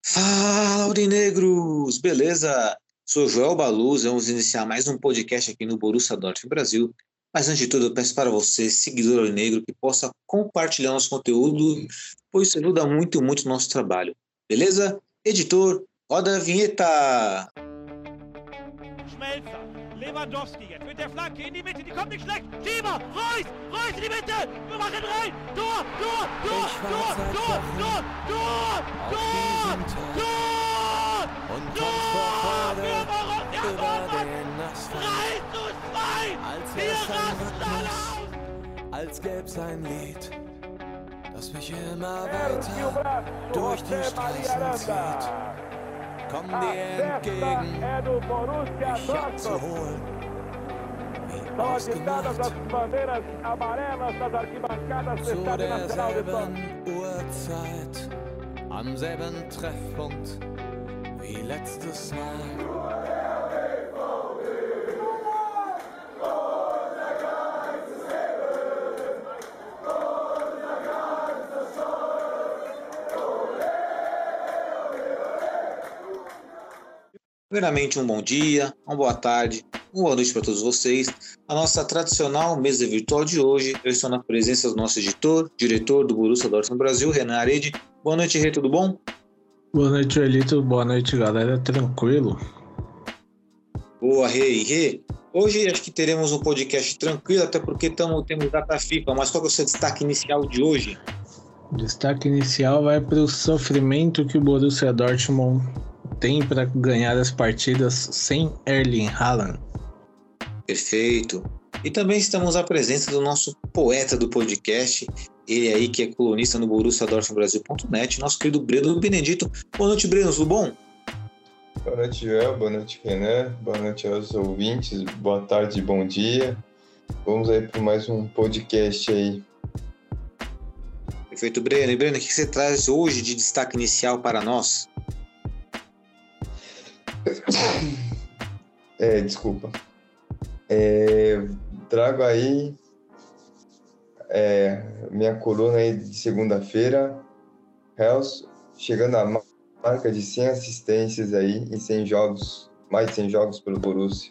Fala, aurinegros! Beleza? Sou Joel Baluz, vamos iniciar mais um podcast aqui no Borussia Dortmund Brasil. Mas antes de tudo, eu peço para você, seguidor aurinegro, que possa compartilhar nosso conteúdo, pois isso ajuda muito, muito o nosso trabalho. Beleza? Editor, roda a vinheta! Schmelzer, Lewandowski jetzt mit der Flanke in die Mitte, die kommt nicht schlecht. Schieber, Reus in die Mitte, wir machen rein. Tor! Und kommt vor Freude Für über den Asphalt. 3:2, Als wir wär's ein rasten alle Rhythmus, aus. als gäb's ein Lied, das mich immer weiter durch die Straßen zieht. Komm dir entgegen, mich abzuholen, wie ausgemacht, zu derselben Uhrzeit, am selben Treffpunkt wie letztes Mal. Primeiramente, um bom dia, uma boa tarde, uma boa noite para todos vocês. A nossa tradicional mesa virtual de hoje, eu estou na presença do nosso editor, diretor do Borussia Dortmund Brasil, Renan Arede. Boa noite, Rê, tudo bom? Boa noite, Elito. Boa noite, galera. Tranquilo? Boa, Rê. Hoje acho que teremos um podcast tranquilo, até porque temos data FIFA, mas qual que é o seu destaque inicial de hoje? O destaque inicial vai para o sofrimento que o Borussia Dortmund tem para ganhar as partidas sem Erling Haaland. Perfeito. E também estamos à presença do nosso poeta do podcast, ele aí que é colunista no borussiadortmundbrasil.net, nosso querido Breno Benedito. Boa noite, Breno, tudo bom? Boa noite, Joel. Boa noite, Renan. Boa noite aos ouvintes. Boa tarde, bom dia. Vamos aí para mais um podcast aí. Perfeito, Breno. E Breno, o que você traz hoje de destaque inicial para nós? Desculpa. Trago aí minha coluna aí de segunda-feira. Hells chegando à marca de 100 assistências aí em 100 jogos, mais de 100 jogos pelo Borussia.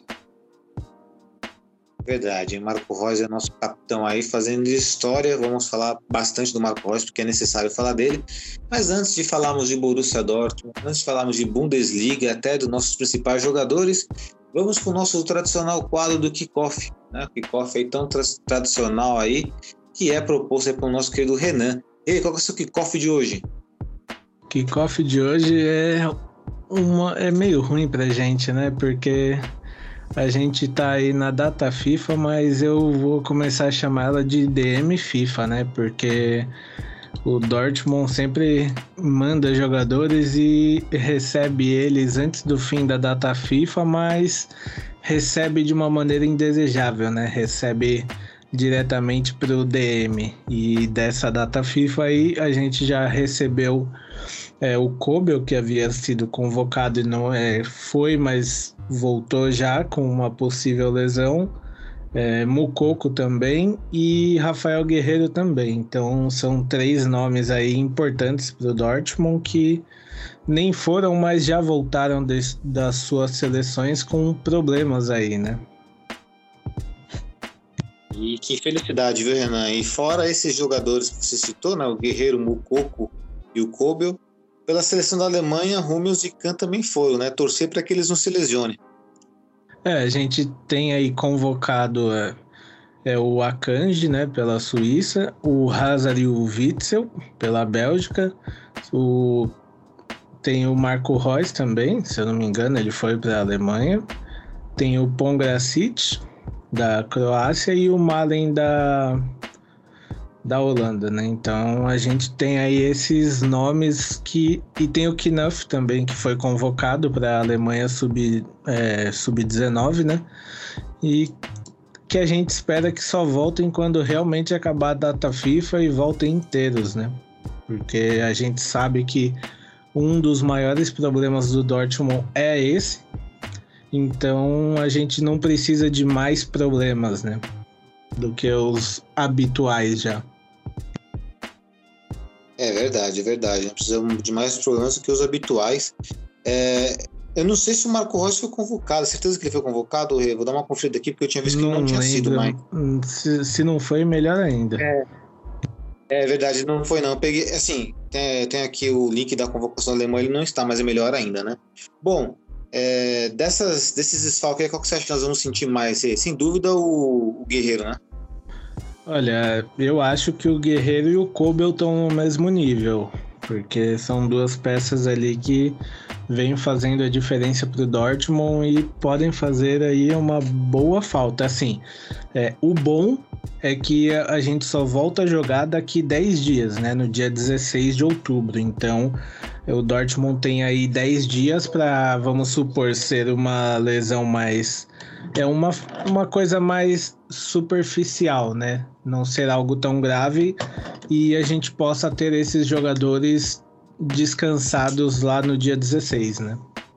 Verdade, Marco Reus é nosso capitão aí fazendo história. Vamos falar bastante do Marco Reus porque é necessário falar dele. Mas antes de falarmos de Borussia Dortmund, antes de falarmos de Bundesliga, até dos nossos principais jogadores, vamos para o nosso tradicional quadro do Kickoff, né? O Kickoff aí tão tradicional aí, que é proposto aí pelo nosso querido Renan. E aí, qual que é o seu Kickoff de hoje? O Kickoff de hoje é meio ruim pra gente, né? Porque a gente tá aí na data FIFA, mas eu vou começar a chamar ela de DM FIFA, né? Porque o Dortmund sempre manda jogadores e recebe eles antes do fim da data FIFA, mas recebe de uma maneira indesejável, né? Recebe diretamente pro DM. E dessa data FIFA aí a gente já recebeu o Kobel, que havia sido convocado e não foi, mas voltou já com uma possível lesão, Moukoko também e Rafael Guerreiro também. Então são 3 nomes aí importantes para o Dortmund que nem foram, mas já voltaram das suas seleções com problemas aí, né? E que felicidade, viu, Renan? E fora esses jogadores que você citou, né, o Guerreiro, o Moukoko e o Kobel, pela seleção da Alemanha, Hummels e Kahn também foram, né? Torcer para que eles não se lesionem. A gente tem aí convocado o Akanji, né, pela Suíça, o Hazard e o Witsel pela Bélgica, tem o Marco Reus também, se eu não me engano, ele foi para a Alemanha, tem o Pongracic da Croácia e o Malen da Holanda, né? Então a gente tem aí esses nomes e tem o Knauf também, que foi convocado para a Alemanha sub-19, né? E que a gente espera que só voltem quando realmente acabar a data FIFA e voltem inteiros, né? Porque a gente sabe que um dos maiores problemas do Dortmund é esse. Então a gente não precisa de mais problemas, né? Do que os habituais já. É verdade, é verdade. Precisamos de mais problemas do que os habituais. Eu não sei se o Marco Reus foi convocado. Certeza que ele foi convocado? Eu vou dar uma conferida aqui, porque eu tinha visto que ele não tinha sido, mas... Se não foi, melhor ainda. É verdade, não foi não. Eu peguei, assim, tem aqui o link da convocação alemã, ele não está, mas é melhor ainda, né? Bom, desses desfalques, qual que você acha que nós vamos sentir mais? Sem dúvida o Guerreiro, né? Olha, eu acho que o Guerreiro e o Kobel estão no mesmo nível, porque são duas peças ali que vêm fazendo a diferença para o Dortmund e podem fazer aí uma boa falta. Assim, o bom é que a gente só volta a jogar daqui 10 dias, né? No dia 16 de outubro. Então, o Dortmund tem aí 10 dias para, vamos supor, ser uma lesão mais... uma coisa mais superficial, né? Não ser algo tão grave e a gente possa ter esses jogadores descansados lá no dia 16, né?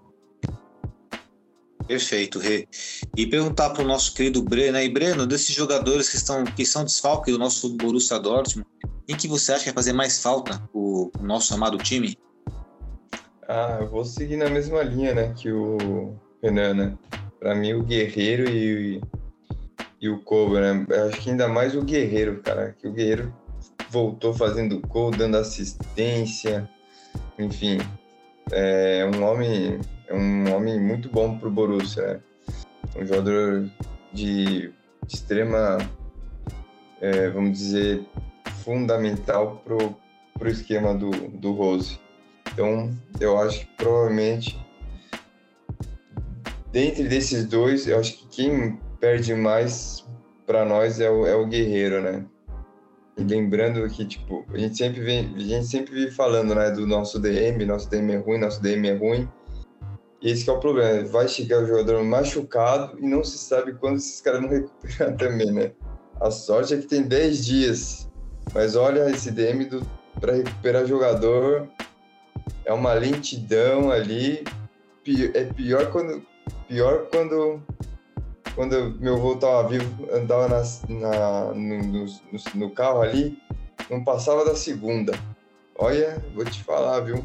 Perfeito, Rê. E perguntar para o nosso querido Breno, e Breno, desses jogadores que são desfalques do nosso Borussia Dortmund, quem que você acha que vai fazer mais falta o nosso amado time? Eu vou seguir na mesma linha, né, que o Renan, né? Para mim, o Guerreiro e o Kobel, né? Eu acho que ainda mais o Guerreiro, cara, que o Guerreiro voltou fazendo gol, dando assistência, enfim, é um homem muito bom pro Borussia, né? Um jogador de extrema, vamos dizer, fundamental pro esquema do Rose. Então, eu acho que provavelmente, dentre desses dois, eu acho que quem perde mais para nós é o Guerreiro, né? E lembrando que, tipo, a gente sempre vive falando, né, do nosso DM é ruim, e esse que é o problema, vai chegar o jogador machucado e não se sabe quando esses caras vão recuperar também, né? A sorte é que tem 10 dias, mas olha, esse DM para recuperar jogador é uma lentidão ali, é pior quando meu avô estava vivo, andava no carro ali, não passava da segunda. Olha, vou te falar, viu?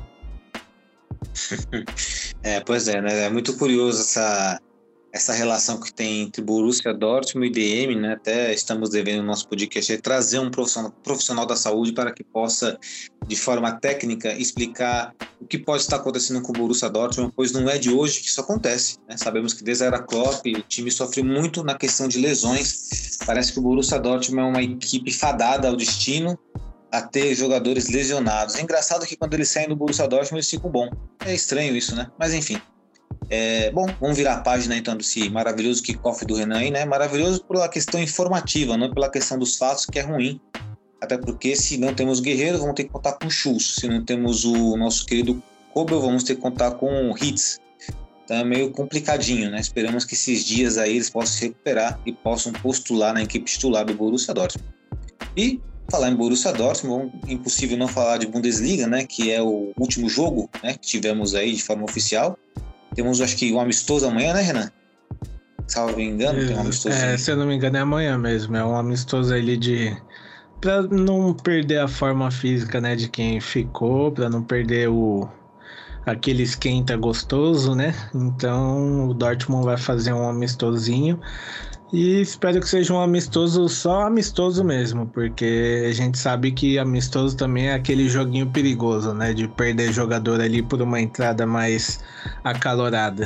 Pois é, né? É muito curioso essa relação que tem entre Borussia Dortmund e DM, né? Até estamos devendo no nosso podcast trazer um profissional da saúde para que possa, de forma técnica, explicar o que pode estar acontecendo com o Borussia Dortmund, pois não é de hoje que isso acontece, né? Sabemos que desde a era Klopp o time sofre muito na questão de lesões. Parece que o Borussia Dortmund é uma equipe fadada ao destino a ter jogadores lesionados. É engraçado que quando eles saem do Borussia Dortmund eles ficam bom. É estranho isso, né? Mas enfim. Bom, vamos virar a página então desse maravilhoso kickoff do Renan aí, né? Maravilhoso pela questão informativa, não pela questão dos fatos, que é ruim. Até porque se não temos Guerreiro, vamos ter que contar com o Schultz. Se não temos o nosso querido Kobel, vamos ter que contar com o Hitz. Então é meio complicadinho, né? Esperamos que esses dias aí eles possam se recuperar e possam postular na equipe titular do Borussia Dortmund. E falar em Borussia Dortmund, impossível não falar de Bundesliga, né? Que é o último jogo, né, que tivemos aí de forma oficial. Temos, acho que, um amistoso amanhã, né, Renan? Salvo engano, tem um amistoso. Se eu não me engano, é amanhã mesmo. É um amistoso ali pra não perder a forma física, né, de quem ficou, pra não perder aquele esquenta gostoso, né? Então, o Dortmund vai fazer um amistosinho. E espero que seja um amistoso, só amistoso mesmo, porque a gente sabe que amistoso também é aquele joguinho perigoso, né? De perder jogador ali por uma entrada mais acalorada.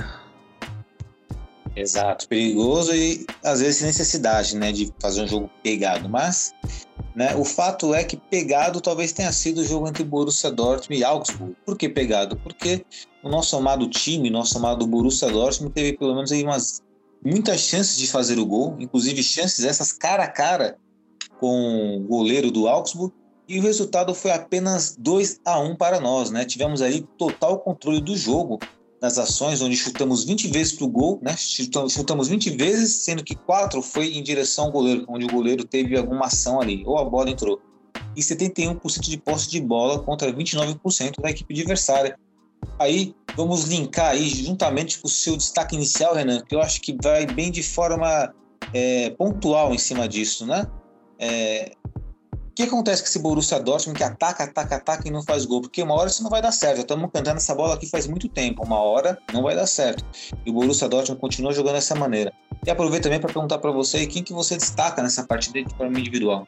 Exato, perigoso e às vezes sem necessidade, né, de fazer um jogo pegado. Mas, né, o fato é que pegado talvez tenha sido o jogo entre Borussia Dortmund e Augsburg. Por que pegado? Porque o nosso amado time, nosso amado Borussia Dortmund teve pelo menos aí muitas chances de fazer o gol, inclusive chances essas cara a cara com o goleiro do Augsburg, e o resultado foi apenas 2-1 para nós, né? Tivemos ali total controle do jogo nas ações, onde chutamos 20 vezes pro gol, né? Chutamos 20 vezes, sendo que 4 foi em direção ao goleiro, onde o goleiro teve alguma ação ali, ou a bola entrou. E 71% de posse de bola contra 29% da equipe adversária. Aí vamos linkar aí juntamente com o seu destaque inicial, Renan, que eu acho que vai bem de forma pontual em cima disso, né? que acontece com esse Borussia Dortmund que ataca e não faz gol? Porque uma hora isso não vai dar certo. Estamos cantando essa bola aqui faz muito tempo. Uma hora não vai dar certo. E o Borussia Dortmund continua jogando dessa maneira. E aproveito também para perguntar para você quem que você destaca nessa partida de forma individual.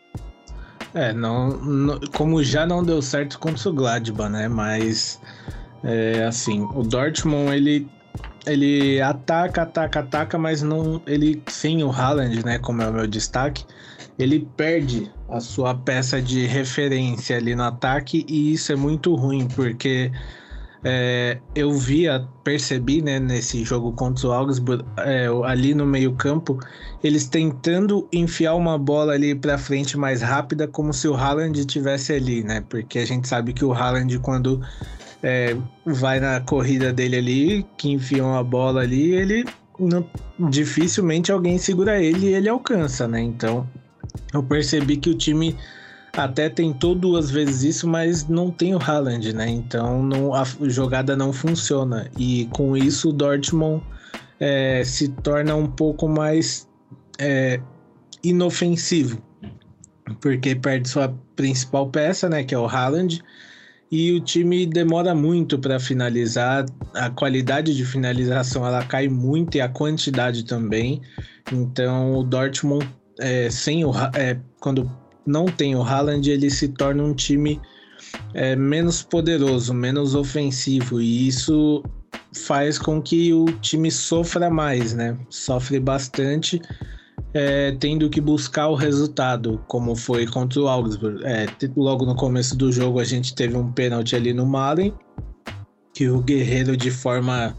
Como já não deu certo contra o Gladbach, né? Mas, assim, o Dortmund, ele ataca, mas não, ele, sem o Haaland, né, como é o meu destaque, ele perde a sua peça de referência ali no ataque, e isso é muito ruim, porque eu percebi, né, nesse jogo contra o Augsburg, ali no meio campo, eles tentando enfiar uma bola ali pra frente mais rápida, como se o Haaland estivesse ali, né, porque a gente sabe que o Haaland, quando vai na corrida dele ali, que enfiam a bola ali, ele dificilmente alguém segura ele e ele alcança, né? Então eu percebi que o time até tentou 2 vezes isso, mas não tem o Haaland, né? Então a jogada não funciona, e com isso o Dortmund se torna um pouco mais inofensivo, porque perde sua principal peça, né, que é o Haaland, e o time demora muito para finalizar, a qualidade de finalização ela cai muito, e a quantidade também. Então o Dortmund, quando não tem o Haaland, ele se torna um time menos poderoso, menos ofensivo, e isso faz com que o time sofra mais, né? Sofre bastante, tendo que buscar o resultado, como foi contra o Augsburg. Logo no começo do jogo a gente teve um pênalti ali no Malen, que o Guerreiro de forma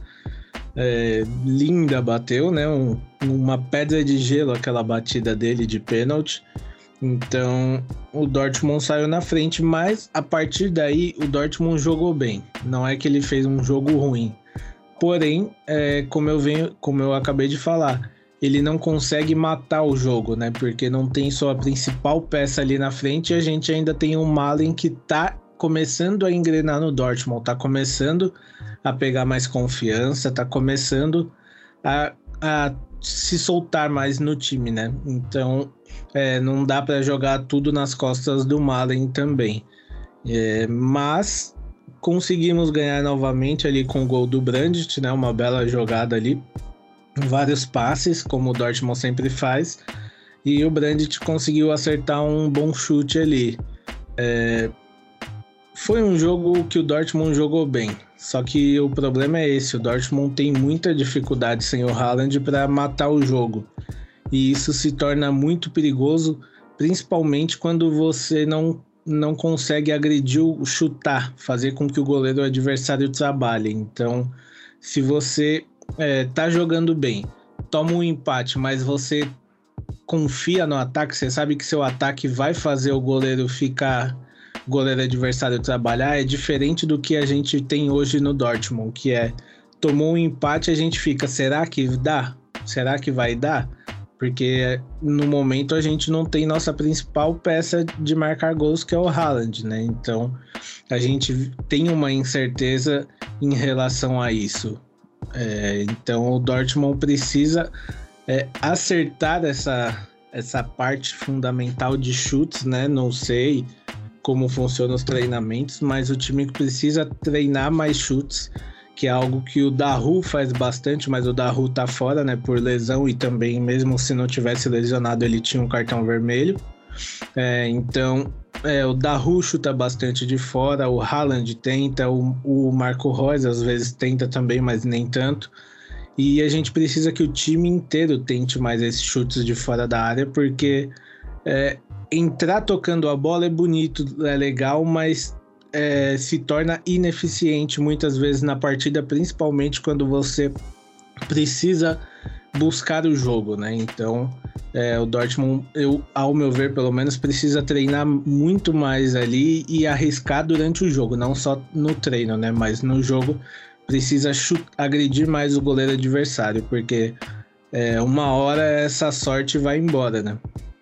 linda bateu, né? Uma pedra de gelo aquela batida dele de pênalti. Então o Dortmund saiu na frente, mas a partir daí o Dortmund jogou bem. Não é que ele fez um jogo ruim, porém, como eu acabei de falar, ele não consegue matar o jogo, né? Porque não tem sua principal peça ali na frente, e a gente ainda tem o Malen que tá começando a engrenar no Dortmund, tá começando a pegar mais confiança, tá começando a se soltar mais no time, né? Então não dá para jogar tudo nas costas do Malen também. Mas conseguimos ganhar novamente ali com o gol do Brandt, né? Uma bela jogada ali, vários passes, como o Dortmund sempre faz, e o Brandt conseguiu acertar um bom chute ali. Foi um jogo que o Dortmund jogou bem, só que o problema é esse: o Dortmund tem muita dificuldade sem o Haaland para matar o jogo, e isso se torna muito perigoso, principalmente quando você não consegue agredir, chutar, fazer com que o goleiro adversário trabalhe. Então, se você tá jogando bem, toma um empate, mas você confia no ataque, você sabe que seu ataque vai fazer o goleiro adversário trabalhar, é diferente do que a gente tem hoje no Dortmund, que tomou um empate, a gente fica, será que dá? Será que vai dar? Porque no momento a gente não tem nossa principal peça de marcar gols, que é o Haaland, né? Então a gente tem uma incerteza em relação a isso. Então o Dortmund precisa acertar essa parte fundamental de chutes, né? Não sei como funcionam os treinamentos, mas o time precisa treinar mais chutes, que é algo que o Dahoud faz bastante, mas o Dahoud tá fora, né, por lesão, e também mesmo se não tivesse lesionado ele tinha um cartão vermelho. Então o Dahoud chuta bastante de fora, o Haaland tenta, o Marco Reus às vezes tenta também, mas nem tanto. E a gente precisa que o time inteiro tente mais esses chutes de fora da área, porque entrar tocando a bola é bonito, é legal, mas se torna ineficiente muitas vezes na partida, principalmente quando você precisa buscar o jogo, né? Então o Dortmund, ao meu ver pelo menos, precisa treinar muito mais ali e arriscar durante o jogo, não só no treino, né? Mas no jogo precisa agredir mais o goleiro adversário, porque uma hora essa sorte vai embora, né?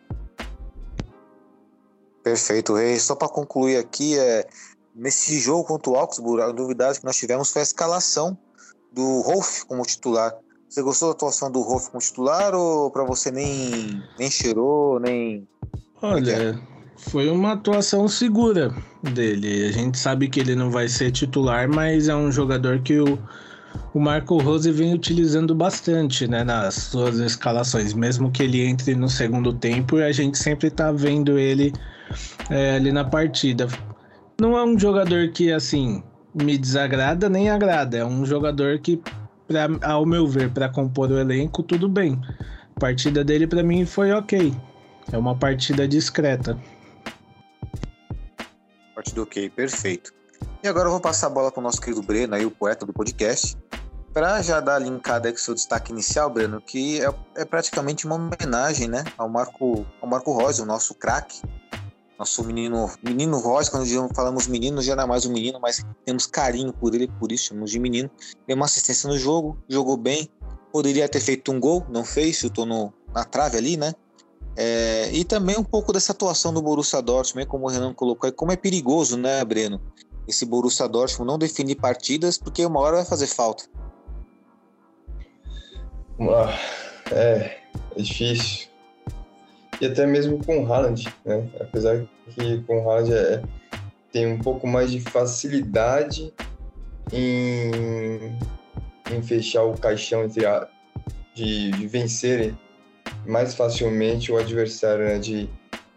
Perfeito, Rei. Só para concluir aqui, nesse jogo contra o Augsburg, a novidade que nós tivemos foi a escalação do Rolf como titular. Você gostou da atuação do Rolf como titular, ou para você nem cheirou, nem... Olha, Foi uma atuação segura dele. A gente sabe que ele não vai ser titular, mas é um jogador que o Marco Rose vem utilizando bastante, né, nas suas escalações. Mesmo que ele entre no segundo tempo, a gente sempre tá vendo ele ali na partida. Não é um jogador que, assim, me desagrada nem agrada. É um jogador que, ao meu ver, para compor o elenco, tudo bem. A partida dele, para mim, foi ok. É uma partida discreta. Partida ok, perfeito. E agora eu vou passar a bola para o nosso querido Breno, aí, o poeta do podcast, para já dar a linkada aí com o seu destaque inicial, Breno, que é praticamente uma homenagem, né, ao Marco Rose, o nosso craque, nosso menino Rose. Quando falamos menino, já não é mais um menino, mas temos carinho por ele, por isso chamamos de menino. Deu uma assistência no jogo, jogou bem, poderia ter feito um gol, não fez, chutou na trave ali, né? E também um pouco dessa atuação do Borussia Dortmund, como o Renan colocou aí, como é perigoso, né, Breno? Esse Borussia Dortmund não definir partidas, porque uma hora vai fazer falta. É difícil. E até mesmo com o Haaland, né? Apesar que com o Haaland tem um pouco mais de facilidade em fechar o caixão de vencerem mais facilmente o adversário, né? De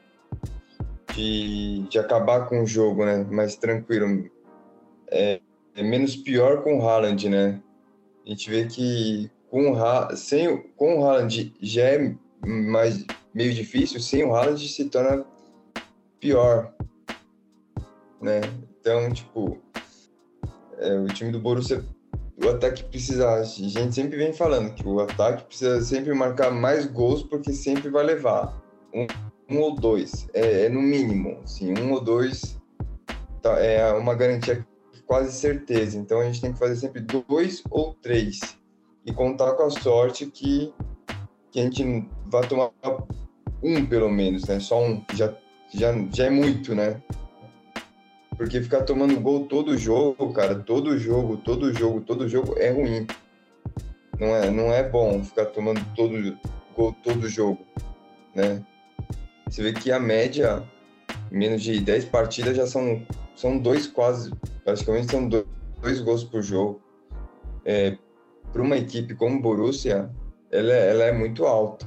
acabar com o jogo, né? Mais tranquilo. É menos pior com o Haaland, né? A gente vê que com o Haaland já é meio difícil, sem o Haaland se torna pior, né? Então, tipo, o time do Borussia, o ataque precisa, a gente sempre vem falando que o ataque precisa sempre marcar mais gols, porque sempre vai levar um ou dois, no mínimo, assim, um ou dois, tá, é uma garantia quase certeza. Então a gente tem que fazer sempre 2 ou 3 e contar com a sorte que a gente vai tomar um pelo menos, né? Só um já é muito, né? Porque ficar tomando gol todo jogo, cara, todo jogo é ruim. Não é bom ficar tomando gol todo jogo, né? Você vê que a média, menos de 10 partidas, já são 2 quase, praticamente são 2 gols por jogo. Para uma equipe como o Borussia, ela é muito alta.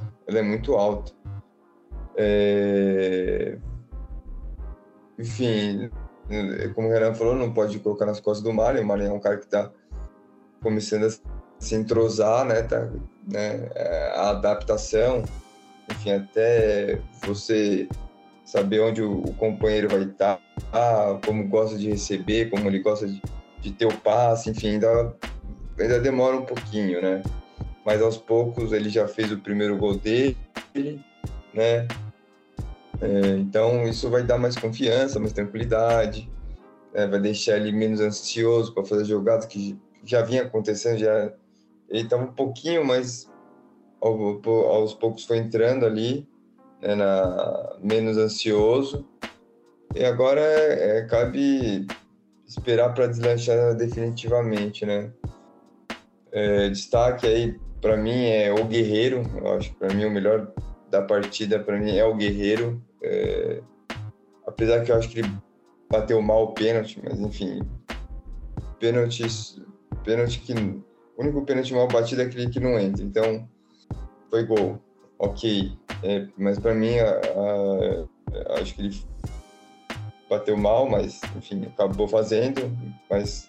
Enfim, como o Renan falou, não pode colocar nas costas do Malen. O Malen é um cara que está começando a se entrosar, né? A adaptação, enfim, até você saber onde o companheiro vai estar, como gosta de receber, como ele gosta de ter o passe, enfim, ainda demora um pouquinho, né? Mas aos poucos ele já fez o primeiro gol dele, né? Então isso vai dar mais confiança, mais tranquilidade, né? Vai deixar ele menos ansioso para fazer jogadas que já vinha acontecendo, ele estava um pouquinho, mas aos poucos foi entrando ali, né, menos ansioso, e agora cabe esperar para deslanchar definitivamente, né? Destaque aí para mim é o Guerreiro. Eu acho que para mim o melhor da partida para mim é o Guerreiro, apesar que eu acho que ele bateu mal o pênalti, mas enfim, pênalti que o único pênalti mal batido é aquele que não entra, então foi gol, ok, mas para mim acho que ele bateu mal, mas enfim, acabou fazendo, mas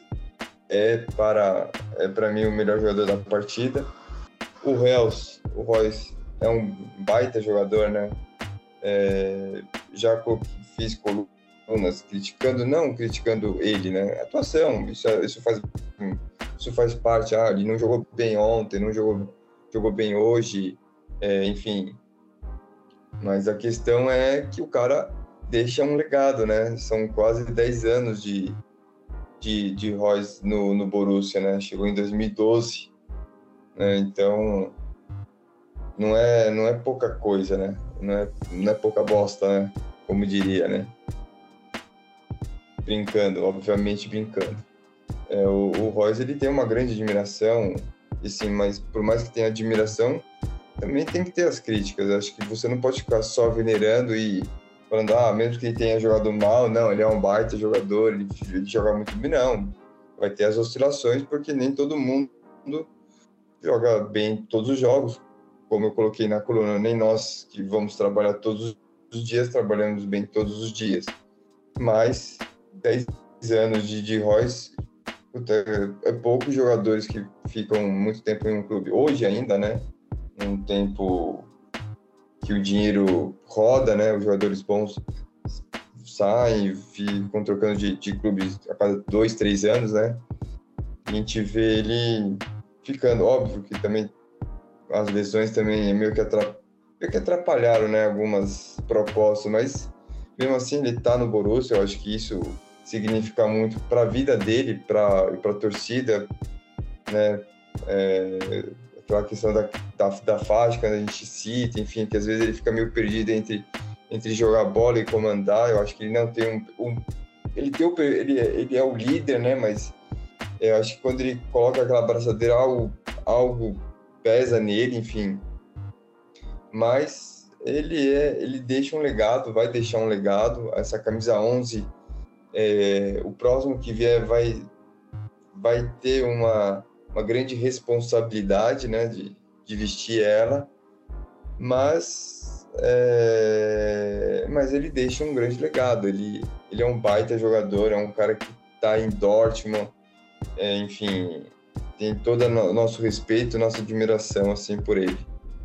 para mim o melhor jogador da partida. O Royce é um baita jogador, né? Já fiz colunas não criticando ele, né? Atuação, isso faz parte. Ele não jogou bem ontem, não jogou bem hoje, enfim. Mas a questão é que o cara deixa um legado, né? São quase 10 anos de Royce no Borussia, né? Chegou em 2012, né? Então não é pouca coisa, né? Não é pouca bosta, né? Como diria, né? Obviamente brincando. O Royce, ele tem uma grande admiração, assim, mas por mais que tenha admiração, também tem que ter as críticas. Acho que você não pode ficar só venerando e falando, mesmo que ele tenha jogado mal, não, ele é um baita jogador, ele joga muito bem, não. Vai ter as oscilações, porque nem todo mundo joga bem todos os jogos, como eu coloquei na coluna, nem nós que vamos trabalhar todos os dias, trabalhamos bem todos os dias. Mas 10 anos de Royce, é poucos jogadores que ficam muito tempo em um clube. Hoje ainda, né? Um tempo que o dinheiro roda, né? Os jogadores bons saem, ficam trocando de clubes a cada 2, 3 anos, né? A gente vê ele ficando, óbvio que também as lesões também meio que atrapalharam, né? Algumas propostas, mas mesmo assim ele tá no Borussia, eu acho que isso significa muito para a vida dele, para a torcida, né? Aquela questão da faixa que a gente cita, enfim, que às vezes ele fica meio perdido entre jogar bola e comandar. Eu acho que ele não tem ele é o líder, né? Mas eu acho que quando ele coloca aquela braçadeira, algo pesa nele, enfim. Mas ele deixa um legado, vai deixar um legado. Essa camisa 11, o próximo que vier vai ter uma grande responsabilidade, né, de vestir ela, mas ele deixa um grande legado. Ele é um baita jogador, é um cara que está em Dortmund, enfim, tem todo o nosso respeito, nossa admiração assim, por ele.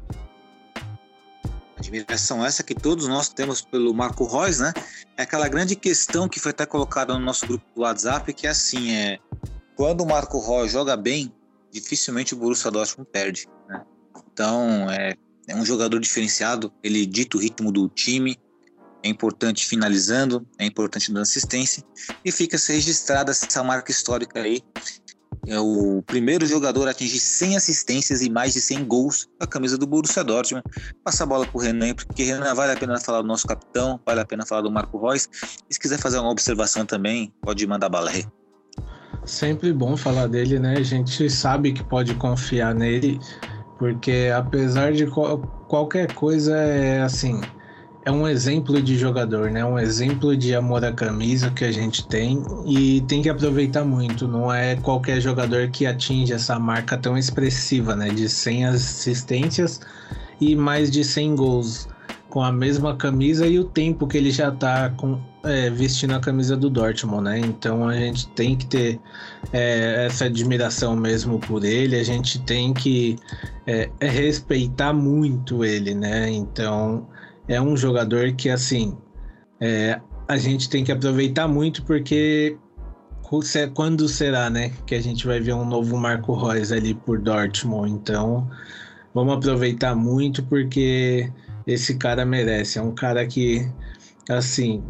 Admiração essa que todos nós temos pelo Marco Reus, né? É aquela grande questão que foi até colocada no nosso grupo do WhatsApp, que é assim, quando o Marco Reus joga bem, dificilmente o Borussia Dortmund perde, né? Então, é um jogador diferenciado, ele dita o ritmo do time, é importante finalizando, é importante dando assistência, e fica-se registrada essa marca histórica aí. É o primeiro jogador a atingir 100 assistências e mais de 100 gols com a camisa do Borussia Dortmund. Passa a bola para o Renan, porque Renan, vale a pena falar do nosso capitão, vale a pena falar do Marco Reus. E se quiser fazer uma observação também, pode mandar bala aí. Sempre bom falar dele, né? A gente sabe que pode confiar nele, porque apesar de qualquer coisa, é um exemplo de jogador, né? Um exemplo de amor à camisa que a gente tem e tem que aproveitar muito. Não é qualquer jogador que atinge essa marca tão expressiva, né? De 100 assistências e mais de 100 gols com a mesma camisa e o tempo que ele já tá vestindo a camisa do Dortmund, né? Então a gente tem que ter essa admiração mesmo por ele, a gente tem que respeitar muito ele, né? Então é um jogador que, assim, a gente tem que aproveitar muito, porque quando será, né, que a gente vai ver um novo Marco Reus ali por Dortmund? Então vamos aproveitar muito, porque esse cara merece. É um cara que, assim,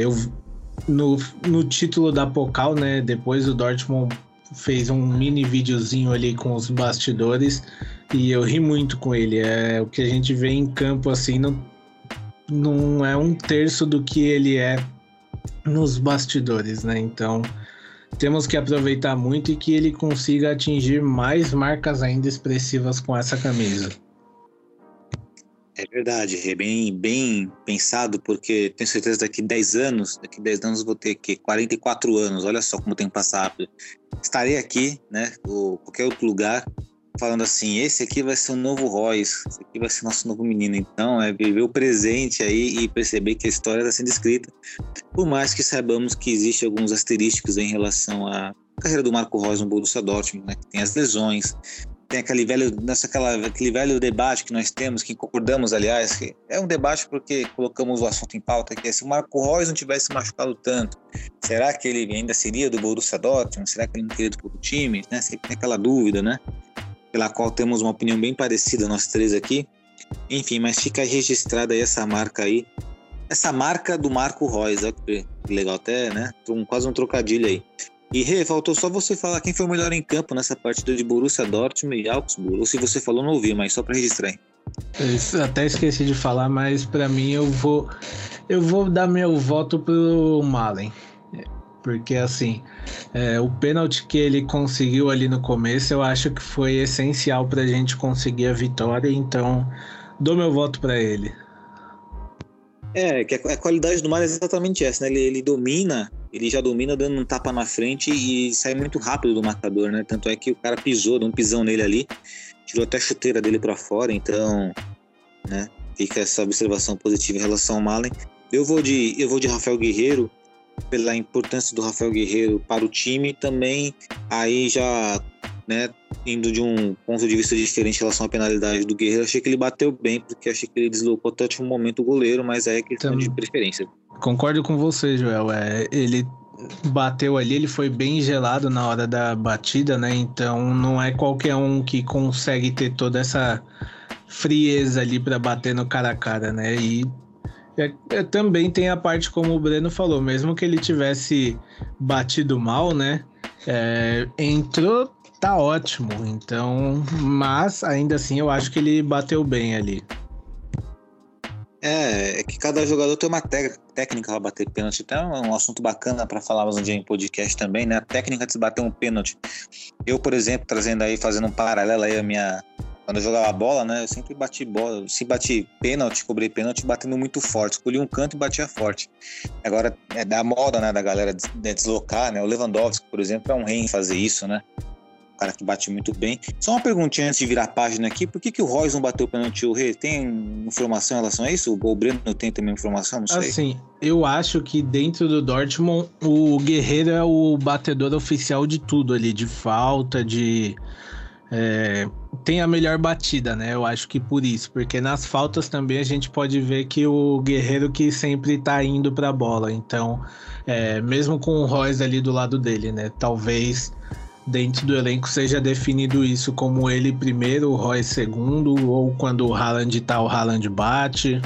no título da Pokal, né, depois o Dortmund fez um mini videozinho ali com os bastidores e eu ri muito com ele. O que a gente vê em campo, assim, não é um terço do que ele é nos bastidores, né? Então temos que aproveitar muito e que ele consiga atingir mais marcas ainda expressivas com essa camisa. É verdade, é bem pensado, porque tenho certeza daqui 10 anos vou ter 44 anos, olha só como o tempo passa rápido. Estarei aqui, né, ou qualquer outro lugar, falando assim, esse aqui vai ser o novo Reus, esse aqui vai ser nosso novo menino. Então, viver o presente aí e perceber que a história está sendo escrita, por mais que saibamos que existem alguns asterísticos em relação à carreira do Marco Reus no Borussia Dortmund, né, que tem as lesões, tem aquele velho debate que nós temos, que concordamos, aliás, que é um debate porque colocamos o assunto em pauta, que é: se o Marco Reus não tivesse machucado tanto, será que ele ainda seria do Borussia Dortmund? Será que ele não teria ido para o time? Né? Sempre tem aquela dúvida, né? Pela qual temos uma opinião bem parecida, nós três aqui. Enfim, mas fica registrada aí essa marca aí. Essa marca do Marco Reus, olha que legal, até, né? Quase um trocadilho aí. E Rê, faltou só você falar quem foi o melhor em campo nessa partida de Borussia Dortmund e Augsburg. Ou se você falou, não ouvi, mas só para registrar aí. Eu até esqueci de falar, mas para mim eu vou dar meu voto pro Malen. Porque, assim, o pênalti que ele conseguiu ali no começo, eu acho que foi essencial pra gente conseguir a vitória. Então, dou meu voto para ele. Que a qualidade do Malen é exatamente essa, né? Ele domina, ele já domina dando um tapa na frente e sai muito rápido do marcador, né? Tanto é que o cara pisou, deu um pisão nele ali, tirou até a chuteira dele pra fora, então, né? Fica essa observação positiva em relação ao Malen. Eu vou de Rafael Guerreiro, pela importância do Rafael Guerreiro para o time, também aí já, né, indo de um ponto de vista diferente em relação à penalidade do Guerreiro, achei que ele bateu bem, porque achei que ele deslocou até o último momento o goleiro, mas aí é questão de preferência. Concordo com você, Joel. Ele bateu ali, ele foi bem gelado na hora da batida, né? Então não é qualquer um que consegue ter toda essa frieza ali para bater no cara a cara, né? E também tem a parte, como o Breno falou, mesmo que ele tivesse batido mal, né? Entrou, tá ótimo. Então, mas ainda assim eu acho que ele bateu bem ali. É que cada jogador tem uma técnica para bater pênalti. Até um assunto bacana para falarmos um dia em podcast também, né? A técnica de se bater um pênalti. Eu, por exemplo, trazendo aí, fazendo um paralelo aí quando eu jogava bola, né? Eu sempre bati bola, se bati pênalti, cobrei pênalti batendo muito forte. Escolhi um canto e batia forte. Agora, é da moda, né? Da galera deslocar, né? O Lewandowski, por exemplo, é um rei em fazer isso, né? O cara que bate muito bem. Só uma perguntinha antes de virar a página aqui. Por que o Royce não bateu o pênalti? O Rei tem informação em relação a isso? O Breno tem também informação? Não sei. Assim, eu acho que dentro do Dortmund, o Guerreiro é o batedor oficial de tudo ali. De falta, tem a melhor batida, né? Eu acho que por isso, porque nas faltas também a gente pode ver que o Guerreiro que sempre tá indo pra bola, então mesmo com o Royce ali do lado dele, né? Talvez dentro do elenco seja definido isso como ele primeiro, o Royce segundo, ou quando o Haaland tá, o Haaland bate.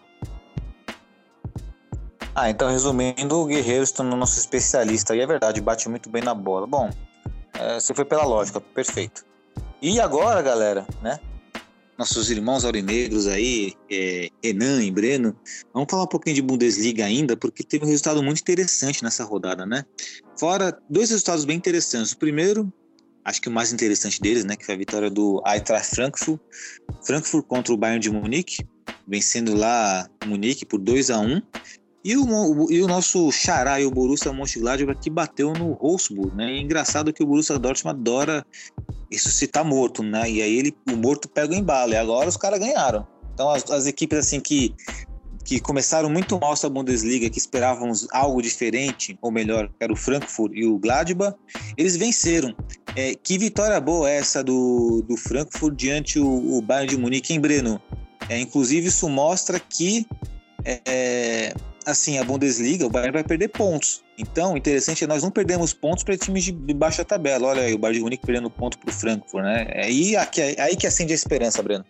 Então resumindo, o Guerreiro está no nosso especialista, e é verdade, bate muito bem na bola. Bom, você foi pela lógica, perfeito. E agora, galera, né? Nossos irmãos aurinegros aí, Renan e Breno, vamos falar um pouquinho de Bundesliga ainda, porque teve um resultado muito interessante nessa rodada, né? Fora dois resultados bem interessantes. O primeiro, acho que o mais interessante deles, né? Que foi a vitória do Eintracht Frankfurt contra o Bayern de Munique, vencendo lá Munique por 2-1. E o nosso xará, o Borussia Mönchengladbach, que bateu no Wolfsburg, né? E é engraçado que o Borussia Dortmund adora ressuscitar morto, né? E aí o morto pega o embalo, e agora os caras ganharam. Então as equipes assim que começaram muito mal essa Bundesliga, que esperavam algo diferente, ou melhor, era o Frankfurt e o Gladbach, eles venceram. Que vitória boa essa do Frankfurt diante o Bayern de Munique, hein, Breno? Inclusive isso mostra que assim, a Bundesliga, o Bayern vai perder pontos. Então, interessante é nós não perdemos pontos para times de baixa tabela. Olha aí, o Bayern de Munique perdendo ponto para o Frankfurt, né? Aí que acende a esperança, Breno.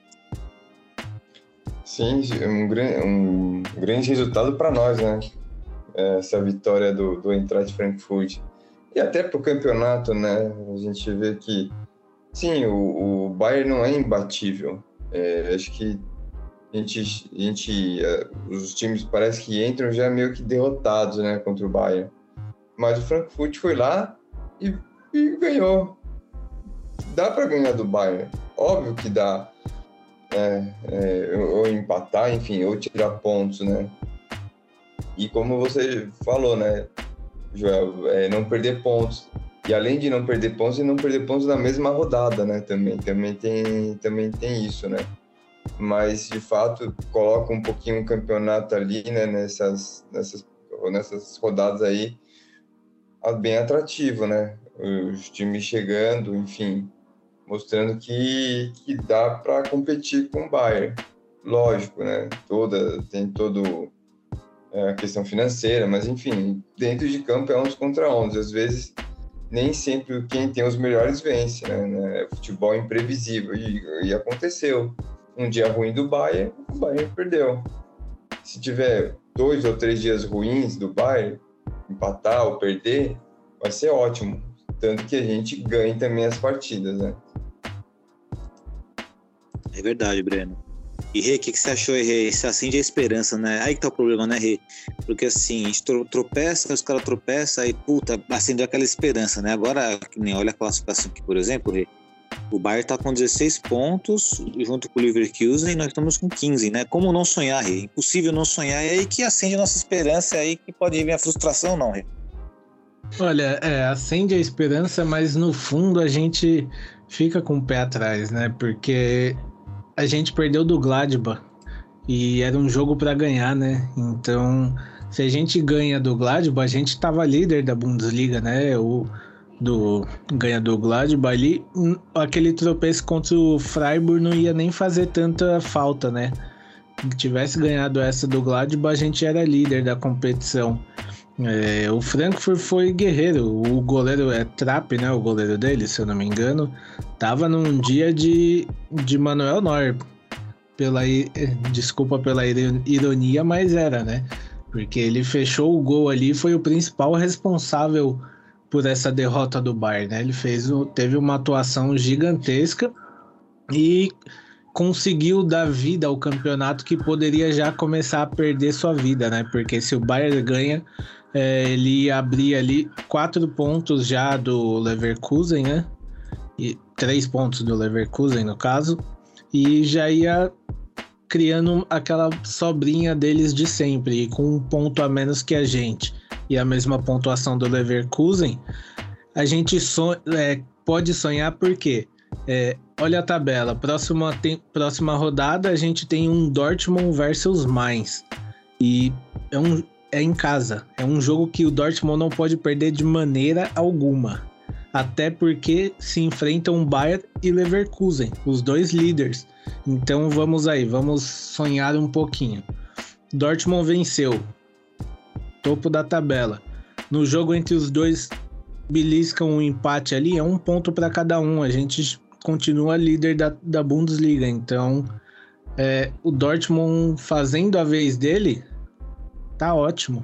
Sim, um grande resultado para nós, né? Essa vitória do Eintracht Frankfurt. E até para o campeonato, né? A gente vê que, sim, o Bayern não é imbatível. Acho que os times parece que entram já meio que derrotados, né, contra o Bayern. Mas o Frankfurt foi lá e ganhou. Dá para ganhar do Bayern, óbvio que dá. Ou empatar, enfim, ou tirar pontos, né? E como você falou, né, Joel, não perder pontos. E além de não perder pontos, e não perder pontos na mesma rodada, né? Também tem isso, né? Mas de fato coloca um pouquinho o campeonato ali, né, nessas rodadas aí, bem atrativo, né? Os times chegando, enfim, mostrando que dá para competir com o Bayern. Lógico, né? Tem todo a questão financeira, mas enfim, dentro de campo é 11 contra 11. Às vezes nem sempre quem tem os melhores vence, né? O futebol é imprevisível e aconteceu. Um dia ruim do Bayern, o Bayern perdeu. Se tiver 2 ou 3 dias ruins do Bayern, empatar ou perder, vai ser ótimo. Tanto que a gente ganhe também as partidas, né? É verdade, Breno. E Rê, o que você achou, Rê? Isso acende a esperança, né? Aí que tá o problema, né, Rê? Porque assim, a gente tropeça, os caras tropeçam, aí, puta, acendeu aquela esperança, né? Agora, olha a classificação aqui, por exemplo, Rê. O Bayern está com 16 pontos, junto com o Leverkusen, e nós estamos com 15, né? Como não sonhar, Rê? Impossível não sonhar, é aí que acende a nossa esperança, é aí que pode vir a frustração, não, Rê? Olha, acende a esperança, mas no fundo a gente fica com o pé atrás, né? Porque a gente perdeu do Gladbach e era um jogo para ganhar, né? Então, se a gente ganha do Gladbach, a gente estava líder da Bundesliga, né? Ganha do Gladbach ali, aquele tropeço contra o Freiburg não ia nem fazer tanta falta, né? Se tivesse ganhado essa do Gladbach, a gente era líder da competição. O Frankfurt foi guerreiro, o goleiro é Trapp, né? O goleiro dele, se eu não me engano, tava num dia de Manuel Neuer. Desculpa pela ironia, mas era, né? Porque ele fechou o gol ali, foi o principal responsável por essa derrota do Bayern, né? Ele teve uma atuação gigantesca e conseguiu dar vida ao campeonato, que poderia já começar a perder sua vida, né? Porque se o Bayern ganha, ele ia abrir ali 4 pontos já do Leverkusen, né? E 3 pontos do Leverkusen, no caso, e já ia criando aquela sobrinha deles de sempre, e com um ponto a menos que a gente, e a mesma pontuação do Leverkusen, a gente pode sonhar porque, olha a tabela, próxima rodada a gente tem um Dortmund versus Mainz, e é em casa, é um jogo que o Dortmund não pode perder de maneira alguma, até porque se enfrentam Bayern e Leverkusen, os dois líderes. Então vamos sonhar um pouquinho. Dortmund venceu, topo da tabela. No jogo entre os dois, beliscam um empate ali, é 1 ponto para cada um. A gente continua líder da Bundesliga. Então, o Dortmund fazendo a vez dele, tá ótimo.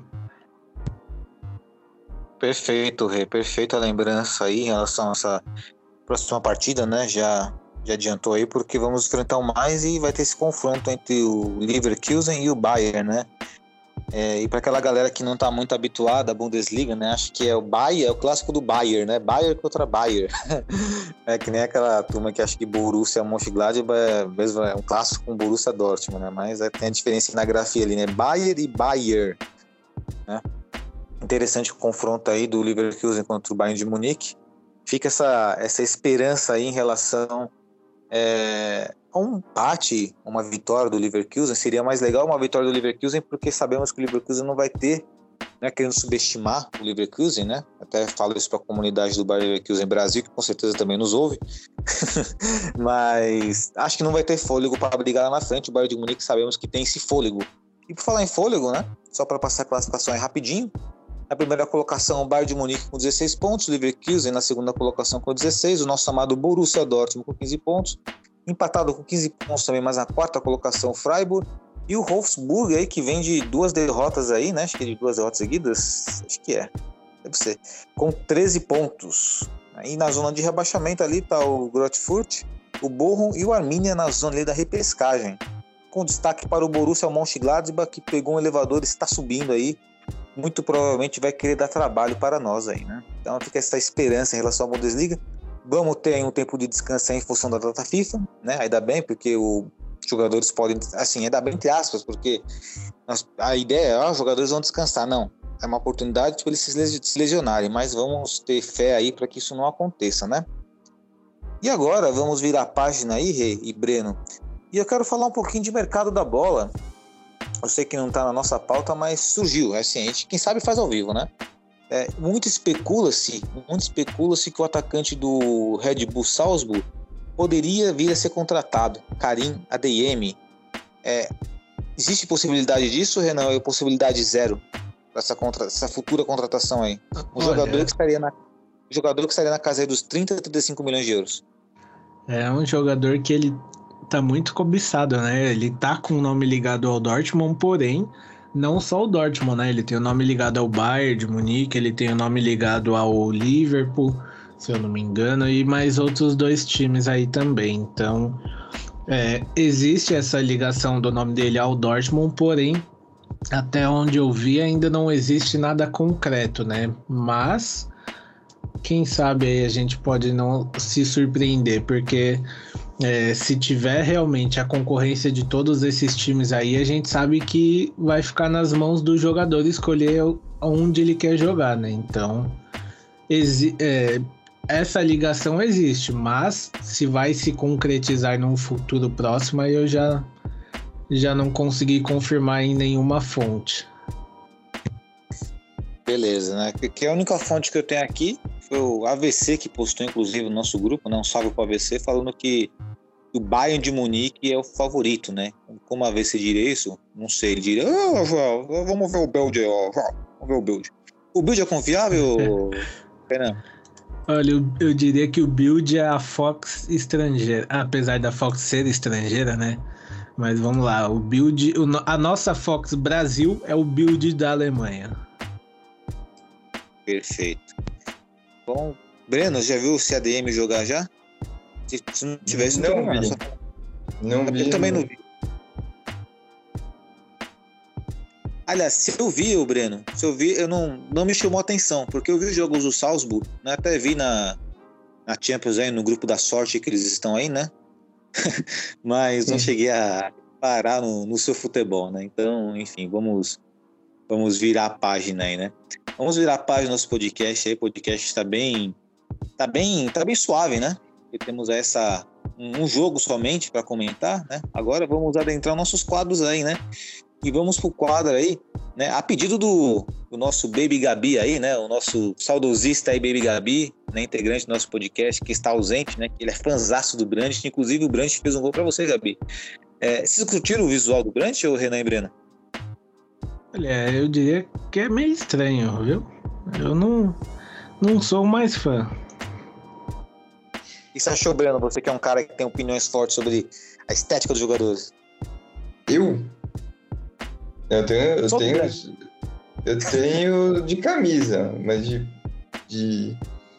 Perfeito, Rê. Perfeita lembrança aí em relação a essa próxima partida, né? Já adiantou aí, porque vamos enfrentar o Mainz e vai ter esse confronto entre o Leverkusen e o Bayern, né? E para aquela galera que não tá muito habituada à Bundesliga, né? Acho que o Bayern, é o clássico do Bayern, né? Bayern contra Bayern. É que nem aquela turma que acha que Borussia Mönchengladbach é um clássico com Borussia Dortmund, né? Mas tem a diferença na grafia ali, né? Bayern e Bayern, né? Interessante o confronto aí do Leverkusen contra o Bayern de Munique. Fica essa esperança aí em relação a um empate, uma vitória do Leverkusen. Seria mais legal uma vitória do Leverkusen, porque sabemos que o Leverkusen não vai ter, né, querendo subestimar o Leverkusen, né? Até falo isso para a comunidade do Bayern Leverkusen Brasil, que com certeza também nos ouve. Mas acho que não vai ter fôlego para brigar lá na frente. O Bayern de Munique sabemos que tem esse fôlego. E por falar em fôlego, né? Só para passar a classificação aí rapidinho. Na primeira colocação, o Bayern de Munique com 16 pontos, o Leverkusen na segunda colocação com 16, o nosso amado Borussia Dortmund com 15 pontos, empatado com 15 pontos também, mas na quarta colocação o Freiburg, e o Wolfsburg aí, que vem de 2 derrotas aí, né? Acho que de 2 derrotas seguidas, acho que deve ser, com 13 pontos. Aí na zona de rebaixamento ali tá o Grotfurt, o Bochum e o Arminia na zona ali da repescagem, com destaque para o Borussia Mönchengladbach, que pegou um elevador e está subindo aí, muito provavelmente vai querer dar trabalho para nós aí, né? Então fica essa esperança em relação à Bundesliga. Vamos ter aí um tempo de descanso aí em função da data FIFA, né? Ainda bem, porque os jogadores podem, assim, ainda bem entre aspas, porque a ideia é, os jogadores vão descansar. Não, é uma oportunidade para eles se lesionarem, mas vamos ter fé aí para que isso não aconteça, né? E agora vamos virar a página aí, Rê e Breno, e eu quero falar um pouquinho de mercado da bola. Eu sei que não está na nossa pauta, mas surgiu. Assim, a gente, quem sabe, faz ao vivo, né? Muito especula-se que o atacante do Red Bull Salzburg poderia vir a ser contratado, Karim Adeyemi. Existe possibilidade disso, Renan? Ou possibilidade zero para essa futura contratação aí? Jogador que estaria na casa aí dos 30 a 35 milhões de euros. É um jogador que ele tá muito cobiçado, né? Ele tá com o nome ligado ao Dortmund, porém, não só o Dortmund, né? Ele tem o nome ligado ao Bayern de Munique, ele tem o nome ligado ao Liverpool, se eu não me engano, e mais outros 2 times aí também. Então, existe essa ligação do nome dele ao Dortmund, porém, até onde eu vi, ainda não existe nada concreto, né? Mas quem sabe aí a gente pode não se surpreender, porque se tiver realmente a concorrência de todos esses times aí, a gente sabe que vai ficar nas mãos do jogador escolher onde ele quer jogar, né? Então, essa ligação existe, mas se vai se concretizar num futuro próximo, aí eu já não consegui confirmar em nenhuma fonte. Beleza, né? Porque a única fonte que eu tenho aqui foi o AVC, que postou inclusive no nosso grupo, né? Um salve pro AVC, falando que o Bayern de Munique é o favorito, né? Como a AVC diria isso? Não sei, ele diria, vamos ver o Build, vamos ver o Build. O Build é confiável, Fernando? Olha, eu diria que o Build é a Fox estrangeira, apesar da Fox ser estrangeira, né? Mas vamos lá, o Build, a nossa Fox Brasil é o Build da Alemanha. Perfeito. Bom, Breno, já viu o CADM jogar já? Se não tivesse, não vi. Não vi. Eu também não vi. Aliás, se eu vi, Breno, eu não me chamou a atenção, porque eu vi os jogos do Salzburg, né? Até vi na Champions aí, no grupo da sorte que eles estão aí, né? Mas não cheguei a parar no seu futebol, né? Então, enfim, vamos virar a página aí, né? Vamos virar a página do nosso podcast aí. O podcast tá bem suave, né? E temos um jogo somente para comentar, né? Agora vamos adentrar nossos quadros aí, né? E vamos pro quadro aí, né? A pedido do nosso Baby Gabi aí, né? O nosso saudosista aí, Baby Gabi, né? Integrante do nosso podcast, que está ausente, né? Ele é fãzaço do Brandt. Inclusive, o Brandt fez um gol para você, Gabi. Vocês curtiram o visual do Brandt, ou Renan e Brena? Olha, eu diria que é meio estranho, viu? Eu não sou mais fã. E você achou, Breno, você que é um cara que tem opiniões fortes sobre a estética dos jogadores? Eu tenho de camisa, mas de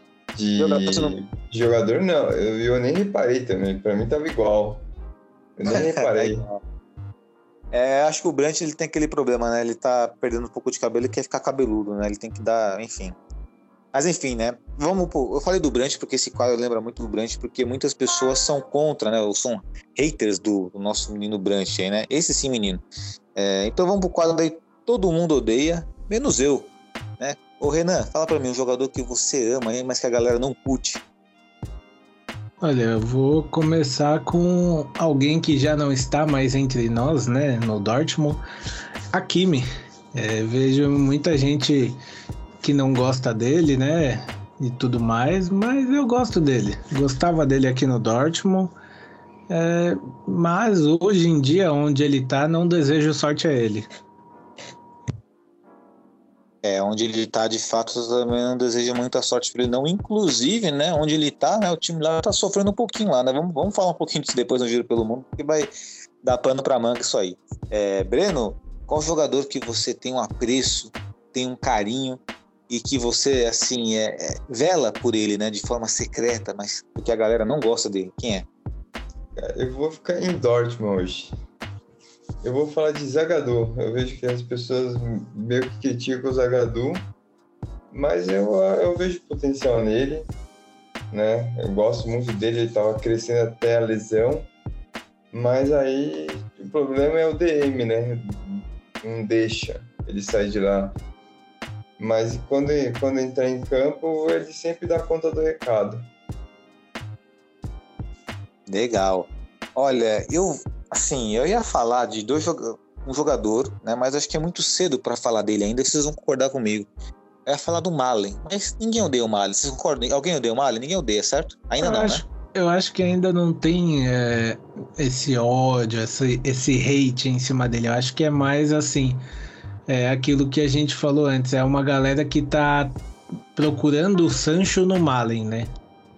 jogador não. Eu nem reparei também. Pra mim tava igual. Eu nem reparei. Acho que o Brandt, ele tem aquele problema, né? Ele tá perdendo um pouco de cabelo e quer ficar cabeludo, né? Ele tem que dar, enfim. Mas enfim, né? Eu falei do Brandt porque esse quadro lembra muito do Brandt, porque muitas pessoas são contra, né? Ou são haters do nosso menino Brandt aí, né? Esse sim, menino. Então vamos pro quadro aí. Todo mundo odeia, menos eu, né? Ô Renan, fala pra mim um jogador que você ama aí, mas que a galera não curte. Olha, eu vou começar com alguém que já não está mais entre nós, né? No Dortmund, Hakimi. Vejo muita gente que não gosta dele, né? E tudo mais, mas eu gosto dele. Gostava dele aqui no Dortmund. Mas hoje em dia, onde ele tá, não desejo sorte a ele. Onde ele tá, de fato, também não desejo muita sorte para ele, não. Inclusive, né, onde ele tá, né, o time lá tá sofrendo um pouquinho lá, né? Vamos falar um pouquinho disso depois no Giro pelo Mundo, porque vai dar pano pra manga isso aí. Breno, qual jogador que você tem um apreço, tem um carinho e que você, assim, vela por ele, né, de forma secreta, mas porque a galera não gosta dele? Quem é? Eu vou ficar em Dortmund hoje. Eu vou falar de Zagadou. Eu vejo que as pessoas meio que criticam o Zagadou, mas eu vejo potencial nele, né? Eu gosto muito dele, ele estava crescendo até a lesão, mas aí o problema é o DM, né? Não deixa ele sair de lá. Mas quando entrar em campo, ele sempre dá conta do recado. Legal. Olha, eu ia falar de um jogador, né? Mas acho que é muito cedo para falar dele ainda, vocês vão concordar comigo. Eu ia falar do Malen, mas ninguém odeia o Malen. Vocês concordam? Alguém odeia o Malen? Ninguém odeia, certo? Ainda não, né? Eu acho que ainda não tem esse ódio, esse hate em cima dele. Eu acho que é mais assim, aquilo que a gente falou antes. É uma galera que tá procurando o Sancho no Malen, né?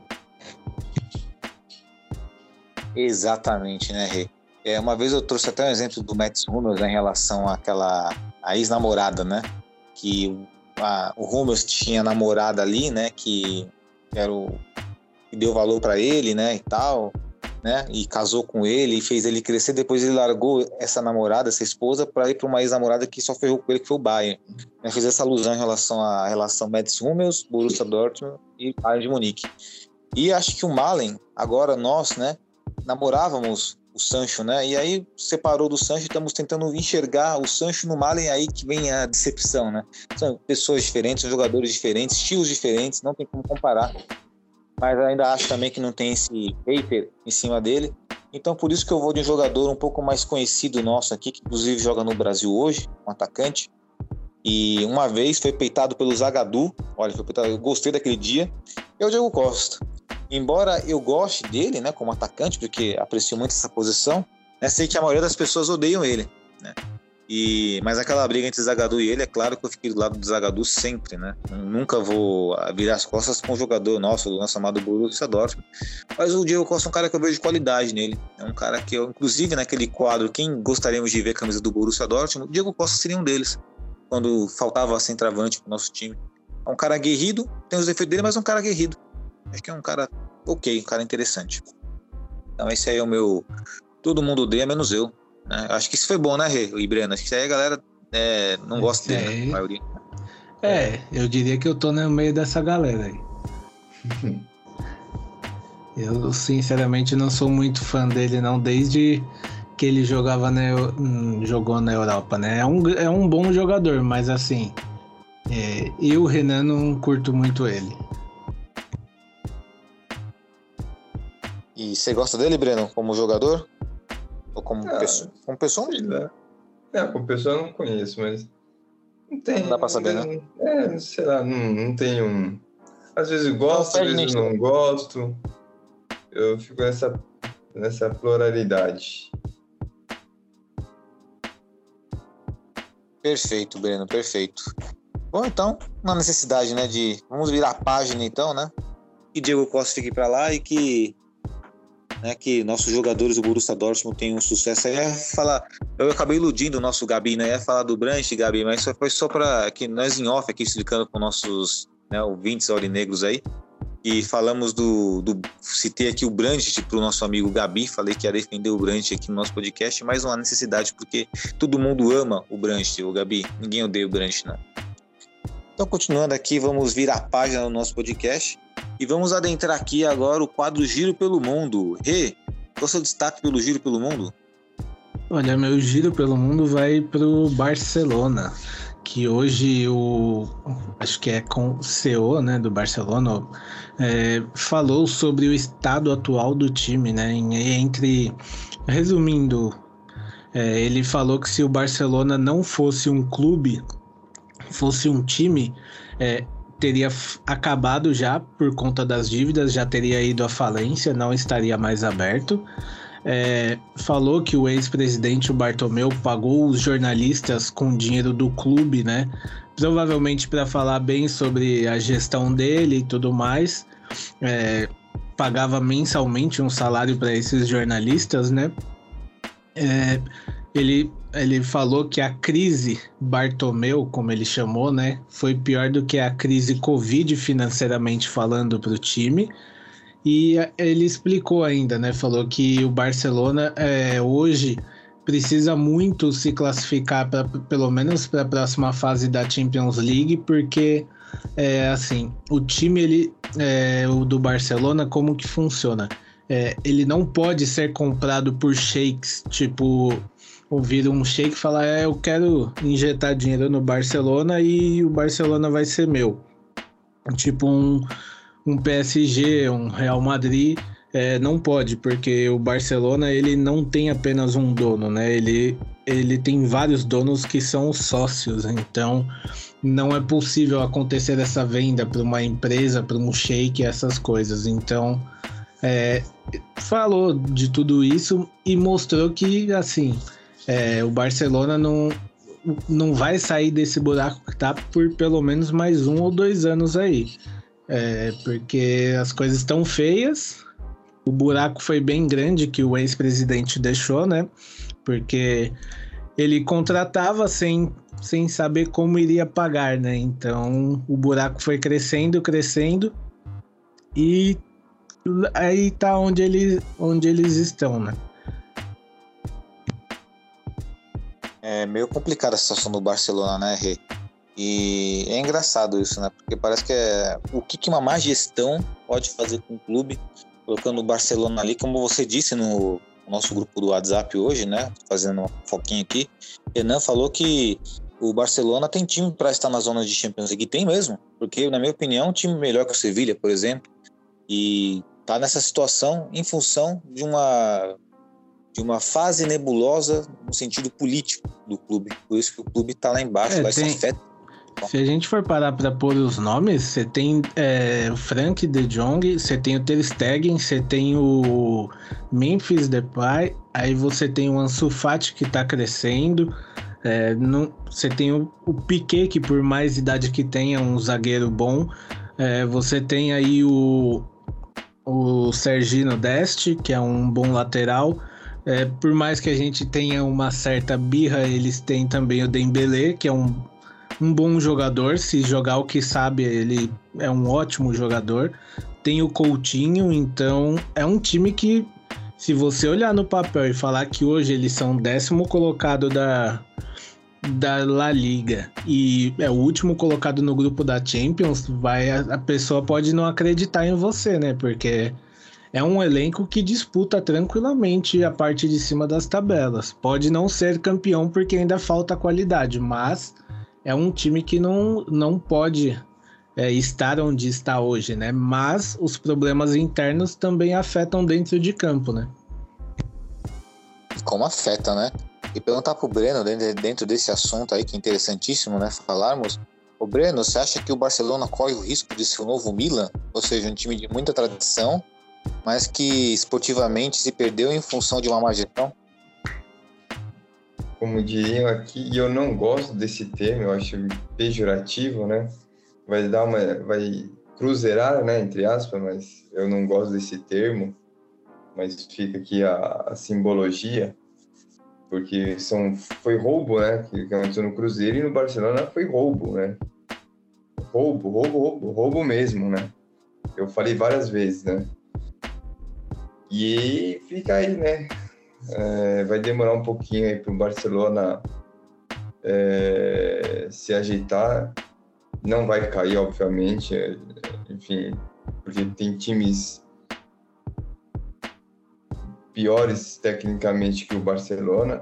Exatamente, né, Rê? Uma vez eu trouxe até um exemplo do Mats Hummels, né, em relação à ex-namorada, né? Que o Hummels tinha namorada ali, né? Que era que deu valor para ele, né? E tal, né? E casou com ele e fez ele crescer. Depois ele largou essa namorada, essa esposa, para ir para uma ex-namorada que só ferrou com ele, que foi o Bayern. Né? Fez essa alusão em relação à relação Mats Hummels, Borussia Dortmund e Bayern de Munique. E acho que o Malen, agora nós, né, namorávamos o Sancho, né? E aí separou do Sancho e estamos tentando enxergar o Sancho no Malen, aí que vem a decepção, né? São pessoas diferentes, são jogadores diferentes, estilos diferentes, não tem como comparar. Mas ainda acho também que não tem esse hater em cima dele. Então por isso que eu vou de um jogador um pouco mais conhecido nosso aqui, que inclusive joga no Brasil hoje, um atacante. E uma vez foi peitado pelo Zagadou. Olha, foi peitado, eu gostei daquele dia. É o Diego Costa. Embora eu goste dele, né, como atacante, porque aprecio muito essa posição, né, sei que a maioria das pessoas odeiam ele, né? Mas aquela briga entre Zagadou e ele, é claro que eu fiquei do lado do Zagadou sempre, né? Nunca vou virar as costas com um jogador nosso, do nosso amado Borussia Dortmund. Mas o Diego Costa é um cara que eu vejo qualidade nele. É um cara que eu, inclusive naquele quadro, quem gostaríamos de ver a camisa do Borussia Dortmund, o Diego Costa seria um deles, quando faltava centroavante pro nosso time. É um cara aguerrido, tem os defeitos dele, mas é um cara aguerrido. Acho que é um cara ok, um cara interessante. Então esse aí é o meu... Todo mundo odeia, menos eu. Né? Acho que isso foi bom, né, Rê e Breno? Acho que isso aí a galera não gosta dele, né? A maioria. Eu diria que eu tô no meio dessa galera aí. Eu, sinceramente, não sou muito fã dele, não, desde que ele jogou na Europa, né? É um bom jogador, mas assim, eu e o Renan não curto muito ele. E você gosta dele, Breno, como jogador? Ou como pessoa? Como pessoa? Sei lá. Como pessoa eu não conheço, mas não tem. Não dá pra saber, né? Sei lá, não tenho. Às vezes eu gosto, às vezes eu não gosto. Eu fico nessa pluralidade. Perfeito, Breno, perfeito. Bom, então, uma necessidade, né, vamos virar a página, então, né? Que Diego Costa fique pra lá e que nossos jogadores do Borussia Dortmund tenham um sucesso. Eu acabei iludindo o nosso Gabi, né? Ia falar do Brandt, Gabi, mas foi só para que nós em off aqui explicando com nossos, né, ouvintes aurinegros aí, e falamos citei aqui o Brandt para o nosso amigo Gabi, falei que ia defender o Brandt aqui no nosso podcast, mas uma necessidade, porque todo mundo ama o Brandt, o Gabi, ninguém odeia o Brandt, não. Então, continuando aqui, vamos virar a página do nosso podcast e vamos adentrar aqui agora o quadro Giro pelo Mundo. Rê, qual é o seu destaque pelo Giro pelo Mundo? Olha, meu giro pelo mundo vai pro Barcelona, que hoje acho que é com o CEO, né, do Barcelona, falou sobre o estado atual do time, né? Resumindo, ele falou que se o Barcelona não fosse um clube, fosse um time, teria acabado já por conta das dívidas, já teria ido à falência, não estaria mais aberto. Falou que o ex-presidente, o Bartomeu, pagou os jornalistas com dinheiro do clube, né? Provavelmente para falar bem sobre a gestão dele e tudo mais. Pagava mensalmente um salário para esses jornalistas, né? Ele falou que a crise Bartomeu, como ele chamou, né, foi pior do que a crise Covid financeiramente falando para o time. E ele explicou ainda, né, falou que o Barcelona hoje precisa muito se classificar pelo menos para a próxima fase da Champions League, porque assim, o time o do Barcelona, como que funciona? Ele não pode ser comprado por sheiks, tipo, ouvir um sheik falar, eu quero injetar dinheiro no Barcelona e o Barcelona vai ser meu. Tipo um PSG, um Real Madrid, não pode, porque o Barcelona, ele não tem apenas um dono, né? Ele tem vários donos que são os sócios, então não é possível acontecer essa venda para uma empresa, para um sheik, essas coisas. Então, falou de tudo isso e mostrou que, assim, o Barcelona não vai sair desse buraco que tá por pelo menos mais 1 ou 2 anos aí. Porque as coisas estão feias, o buraco foi bem grande que o ex-presidente deixou, né? Porque ele contratava sem saber como iria pagar, né? Então o buraco foi crescendo e aí tá onde eles estão, né? É meio complicada a situação do Barcelona, né, Rê? E é engraçado isso, né? Porque parece que o que uma má gestão pode fazer com o clube, colocando o Barcelona ali, como você disse no nosso grupo do WhatsApp hoje, né? Fazendo uma foquinha aqui. Renan falou que o Barcelona tem time para estar na zona de Champions League. Tem mesmo, porque, na minha opinião, é um time melhor que o Sevilha, por exemplo. E tá nessa situação em função de uma fase nebulosa no sentido político do clube. Por isso que o clube tá lá embaixo, lá isso afeta. Se a gente for parar para pôr os nomes, você tem o Frank de Jong, você tem o Ter Stegen, você tem o Memphis Depay, aí você tem o Ansu Fati que tá crescendo, você tem o Piqué, que por mais idade que tenha, um zagueiro bom, você tem aí o Serginho Dest, que é um bom lateral. Por mais que a gente tenha uma certa birra, eles têm também o Dembélé, que é um bom jogador. Se jogar o que sabe, ele é um ótimo jogador. Tem o Coutinho, então é um time que, se você olhar no papel e falar que hoje eles são 10º colocado da La Liga e é o último colocado no grupo da Champions, a pessoa pode não acreditar em você, né? Porque é um elenco que disputa tranquilamente a parte de cima das tabelas. Pode não ser campeão porque ainda falta qualidade, mas é um time que não pode estar onde está hoje, né? Mas os problemas internos também afetam dentro de campo, né? Como afeta, né? E perguntar pro Breno, dentro desse assunto aí, que é interessantíssimo, né? Falarmos. Ô Breno, você acha que o Barcelona corre o risco de ser o novo Milan? Ou seja, um time de muita tradição, mas que esportivamente se perdeu em função de uma má gestão? Como diriam aqui, e eu não gosto desse termo, eu acho pejorativo, né? Vai cruzeirar, né, entre aspas, mas eu não gosto desse termo, mas fica aqui a simbologia, porque foi roubo, né, que aconteceu no Cruzeiro, e no Barcelona foi roubo, né? Roubo mesmo, né? Eu falei várias vezes, né? E fica aí, né? Vai demorar um pouquinho aí para o Barcelona se ajeitar. Não vai cair, obviamente, enfim, porque tem times piores tecnicamente que o Barcelona,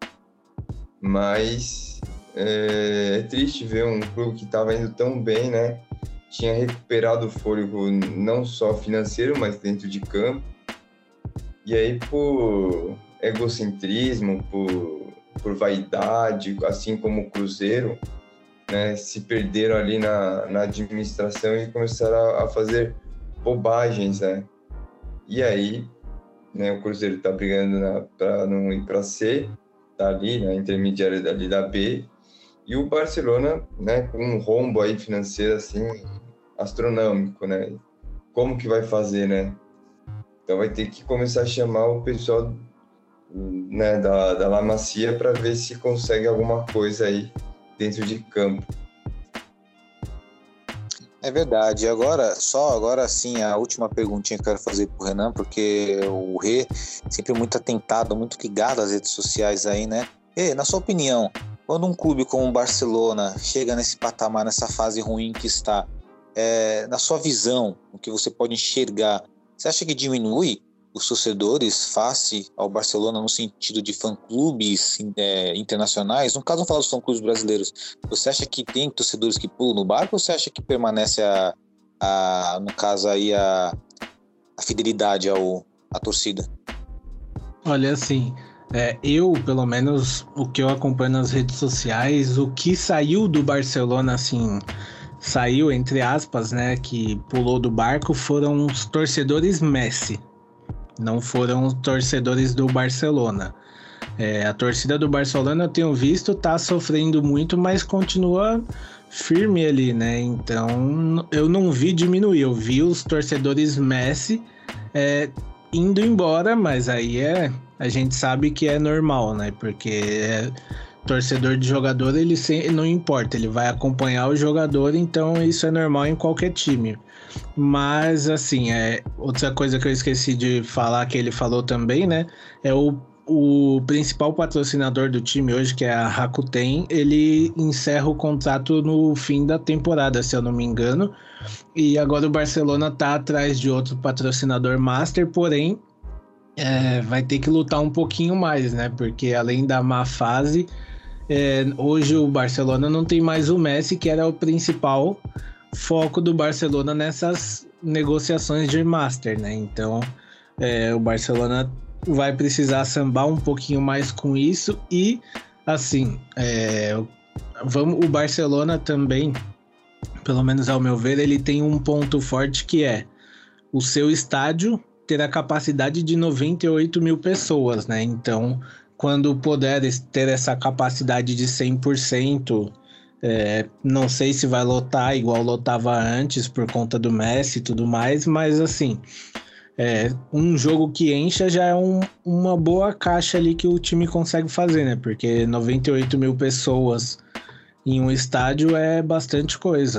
mas é triste ver um clube que estava indo tão bem, né? Tinha recuperado o fôlego não só financeiro, mas dentro de campo. E aí, por egocentrismo, por vaidade, assim como o Cruzeiro, né, se perderam ali na administração e começaram a fazer bobagens, né? E aí, né, o Cruzeiro está brigando para não ir para C, tá ali na intermediária ali da B, e o Barcelona, né, com um rombo aí financeiro assim astronômico, né? Como que vai fazer, né? Então vai ter que começar a chamar o pessoal, né, da La Masia para ver se consegue alguma coisa aí dentro de campo. É verdade. Agora sim, a última perguntinha que eu quero fazer pro Renan, porque o Rê sempre muito atentado, muito ligado às redes sociais aí, né? E, na sua opinião, quando um clube como o Barcelona chega nesse patamar, nessa fase ruim que está, na sua visão, o que você pode enxergar, você acha que diminui os torcedores face ao Barcelona no sentido de fã-clubes internacionais? No caso, não falar dos fã-clubes brasileiros. Você acha que tem torcedores que pulam no barco ou você acha que permanece, no caso aí, a fidelidade à torcida? Olha, assim, eu, pelo menos, o que eu acompanho nas redes sociais, o que saiu do Barcelona, assim, saiu, entre aspas, né, que pulou do barco, foram os torcedores Messi. Não foram os torcedores do Barcelona. A torcida do Barcelona, eu tenho visto, tá sofrendo muito, mas continua firme ali, né? Então, eu não vi diminuir. Eu vi os torcedores Messi indo embora, mas aí a gente sabe que é normal, né? Porque torcedor de jogador, ele não importa, ele vai acompanhar o jogador, então isso é normal em qualquer time. Mas, assim, outra coisa que eu esqueci de falar, que ele falou também, né, é o principal patrocinador do time hoje, que é a Rakuten, ele encerra o contrato no fim da temporada, se eu não me engano, e agora o Barcelona tá atrás de outro patrocinador master, porém, vai ter que lutar um pouquinho mais, né, porque além da má fase, hoje o Barcelona não tem mais o Messi, que era o principal foco do Barcelona nessas negociações de master, né? Então o Barcelona vai precisar sambar um pouquinho mais com isso e assim, o Barcelona também, pelo menos ao meu ver, ele tem um ponto forte que é o seu estádio ter a capacidade de 98 mil pessoas, né? Então, quando puder ter essa capacidade de 100%, não sei se vai lotar igual lotava antes por conta do Messi e tudo mais, mas assim, um jogo que encha já é uma boa caixa ali que o time consegue fazer, né? Porque 98 mil pessoas em um estádio é bastante coisa.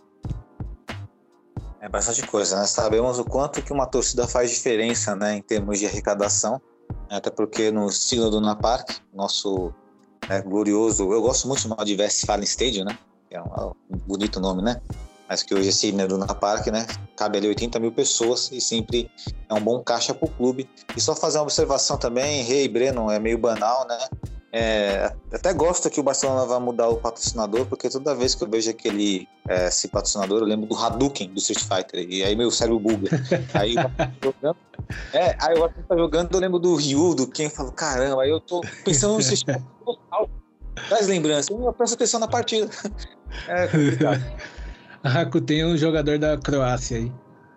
É bastante coisa, né? Sabemos o quanto que uma torcida faz diferença, né, em termos de arrecadação, até porque no estilo do Luna Park, nosso glorioso, eu gosto muito de chamar de Westfalen Stadium, né, que é um bonito nome, né, mas que hoje esse Luna Park, né, cabe ali 80 mil pessoas e sempre é um bom caixa para o clube. E só fazer uma observação também, Rei Breno, é meio banal, né, até gosto que o Barcelona vai mudar o patrocinador, porque toda vez que eu vejo esse patrocinador, eu lembro do Hadouken do Street Fighter, e aí meu cérebro buga. Aí o Barcelona tá jogando, eu lembro do Ryu, do Ken, eu falo, caramba, aí eu tô pensando no Street Fighter total, traz lembrança, eu presto atenção na partida. É complicado. A Rakuten é um jogador da Croácia aí.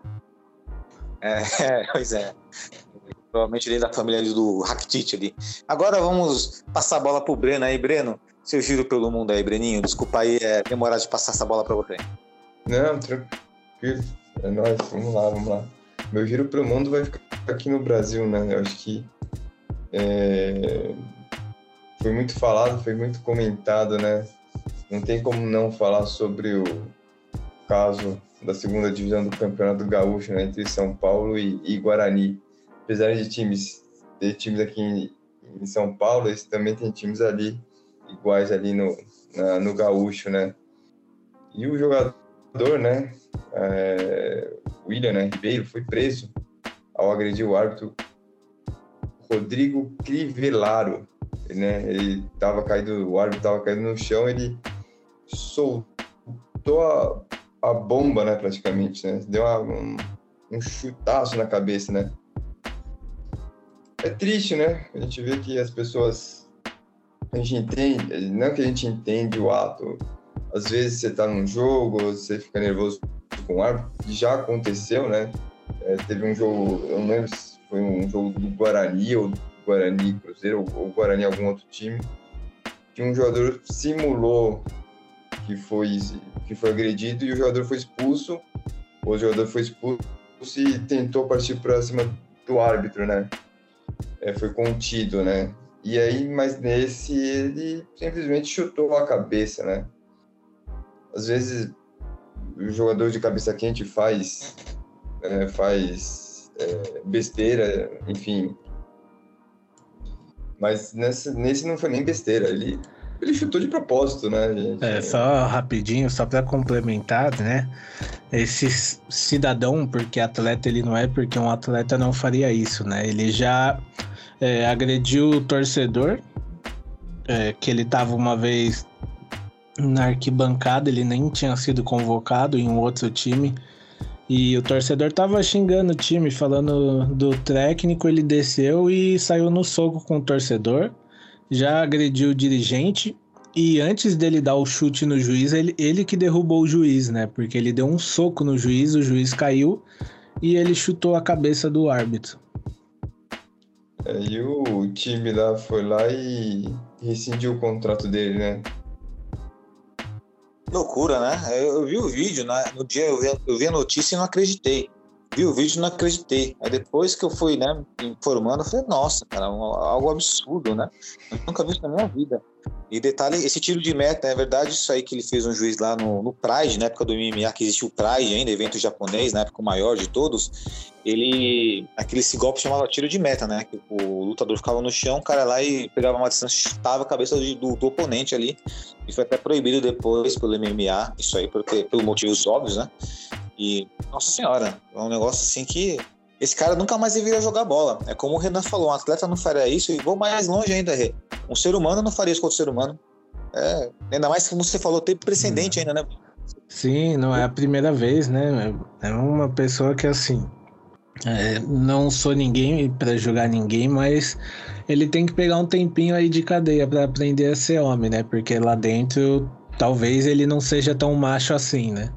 Pois é. Provavelmente ele é da família do Rakitic ali. Agora vamos passar a bola pro Breno aí. Breno, seu giro pelo mundo aí, Breninho. Desculpa aí demorar de passar essa bola pra você. Não, tranquilo. É nóis, vamos lá. Meu giro pelo mundo vai ficar aqui no Brasil, né? Eu acho que foi muito falado, foi muito comentado, né? Não tem como não falar sobre o caso da segunda divisão do Campeonato Gaúcho, né? Entre São Paulo e Guarani. Apesar de ter times aqui em São Paulo, eles também tem times ali iguais ali no Gaúcho, né? E o jogador, né, William, né, Ribeiro, foi preso ao agredir o árbitro Rodrigo Crivellaro, né? Ele tava caído, o árbitro estava caído no chão, ele soltou a bomba, né, praticamente, né? Deu um chutaço na cabeça, né? É triste, né? A gente vê que as pessoas... A gente entende... Não que a gente entende o ato. Às vezes você tá num jogo, você fica nervoso com o árbitro. Já aconteceu, né? Teve um jogo... Eu não lembro se foi um jogo do Guarani, ou do Guarani Cruzeiro, ou Guarani algum outro time, que um jogador simulou que foi agredido e o jogador foi expulso. O jogador foi expulso e tentou partir para cima do árbitro, né? Foi contido, né? E aí, mas nesse, ele simplesmente chutou a cabeça, né? Às vezes, o jogador de cabeça quente faz besteira, enfim. Mas nesse não foi nem besteira, ele chutou de propósito, né, gente? Só rapidinho, só para complementar, né? Esse cidadão, porque atleta ele não é, porque um atleta não faria isso, né? Ele já agrediu o torcedor, que ele estava uma vez na arquibancada, ele nem tinha sido convocado em um outro time, e o torcedor estava xingando o time, falando do técnico, ele desceu e saiu no soco com o torcedor, já agrediu o dirigente, e antes dele dar o chute no juiz, ele que derrubou o juiz, né? Porque ele deu um soco no juiz, o juiz caiu e ele chutou a cabeça do árbitro. E o time lá foi lá e rescindiu o contrato dele, né? Loucura, né? Eu vi o vídeo, né? No dia eu vi a notícia e não acreditei. vi o vídeo e não acreditei. Aí depois que eu fui, né, me informando, eu falei, nossa, cara, algo absurdo, né? Eu nunca vi isso na minha vida. E detalhe, esse tiro de meta, é verdade isso aí que ele fez um juiz lá no Pride, na época do MMA, que existiu o Pride ainda, evento japonês, na época o maior de todos, esse golpe chamava tiro de meta, né? Que o lutador ficava no chão, o cara lá e pegava uma distância, chutava a cabeça do oponente ali, e foi até proibido depois pelo MMA, isso aí pelo motivos óbvios, né? E, nossa senhora, é um negócio assim que esse cara nunca mais deveria jogar bola. É como o Renan falou, um atleta não faria isso, e vou mais longe ainda, Rê. Um ser humano não faria isso contra o ser humano. Ainda mais que, como você falou, teve precedente ainda, né? Sim, não é a primeira vez, né? É uma pessoa que, assim, não sou ninguém pra julgar ninguém, mas ele tem que pegar um tempinho aí de cadeia pra aprender a ser homem, né? Porque lá dentro, talvez ele não seja tão macho assim, né?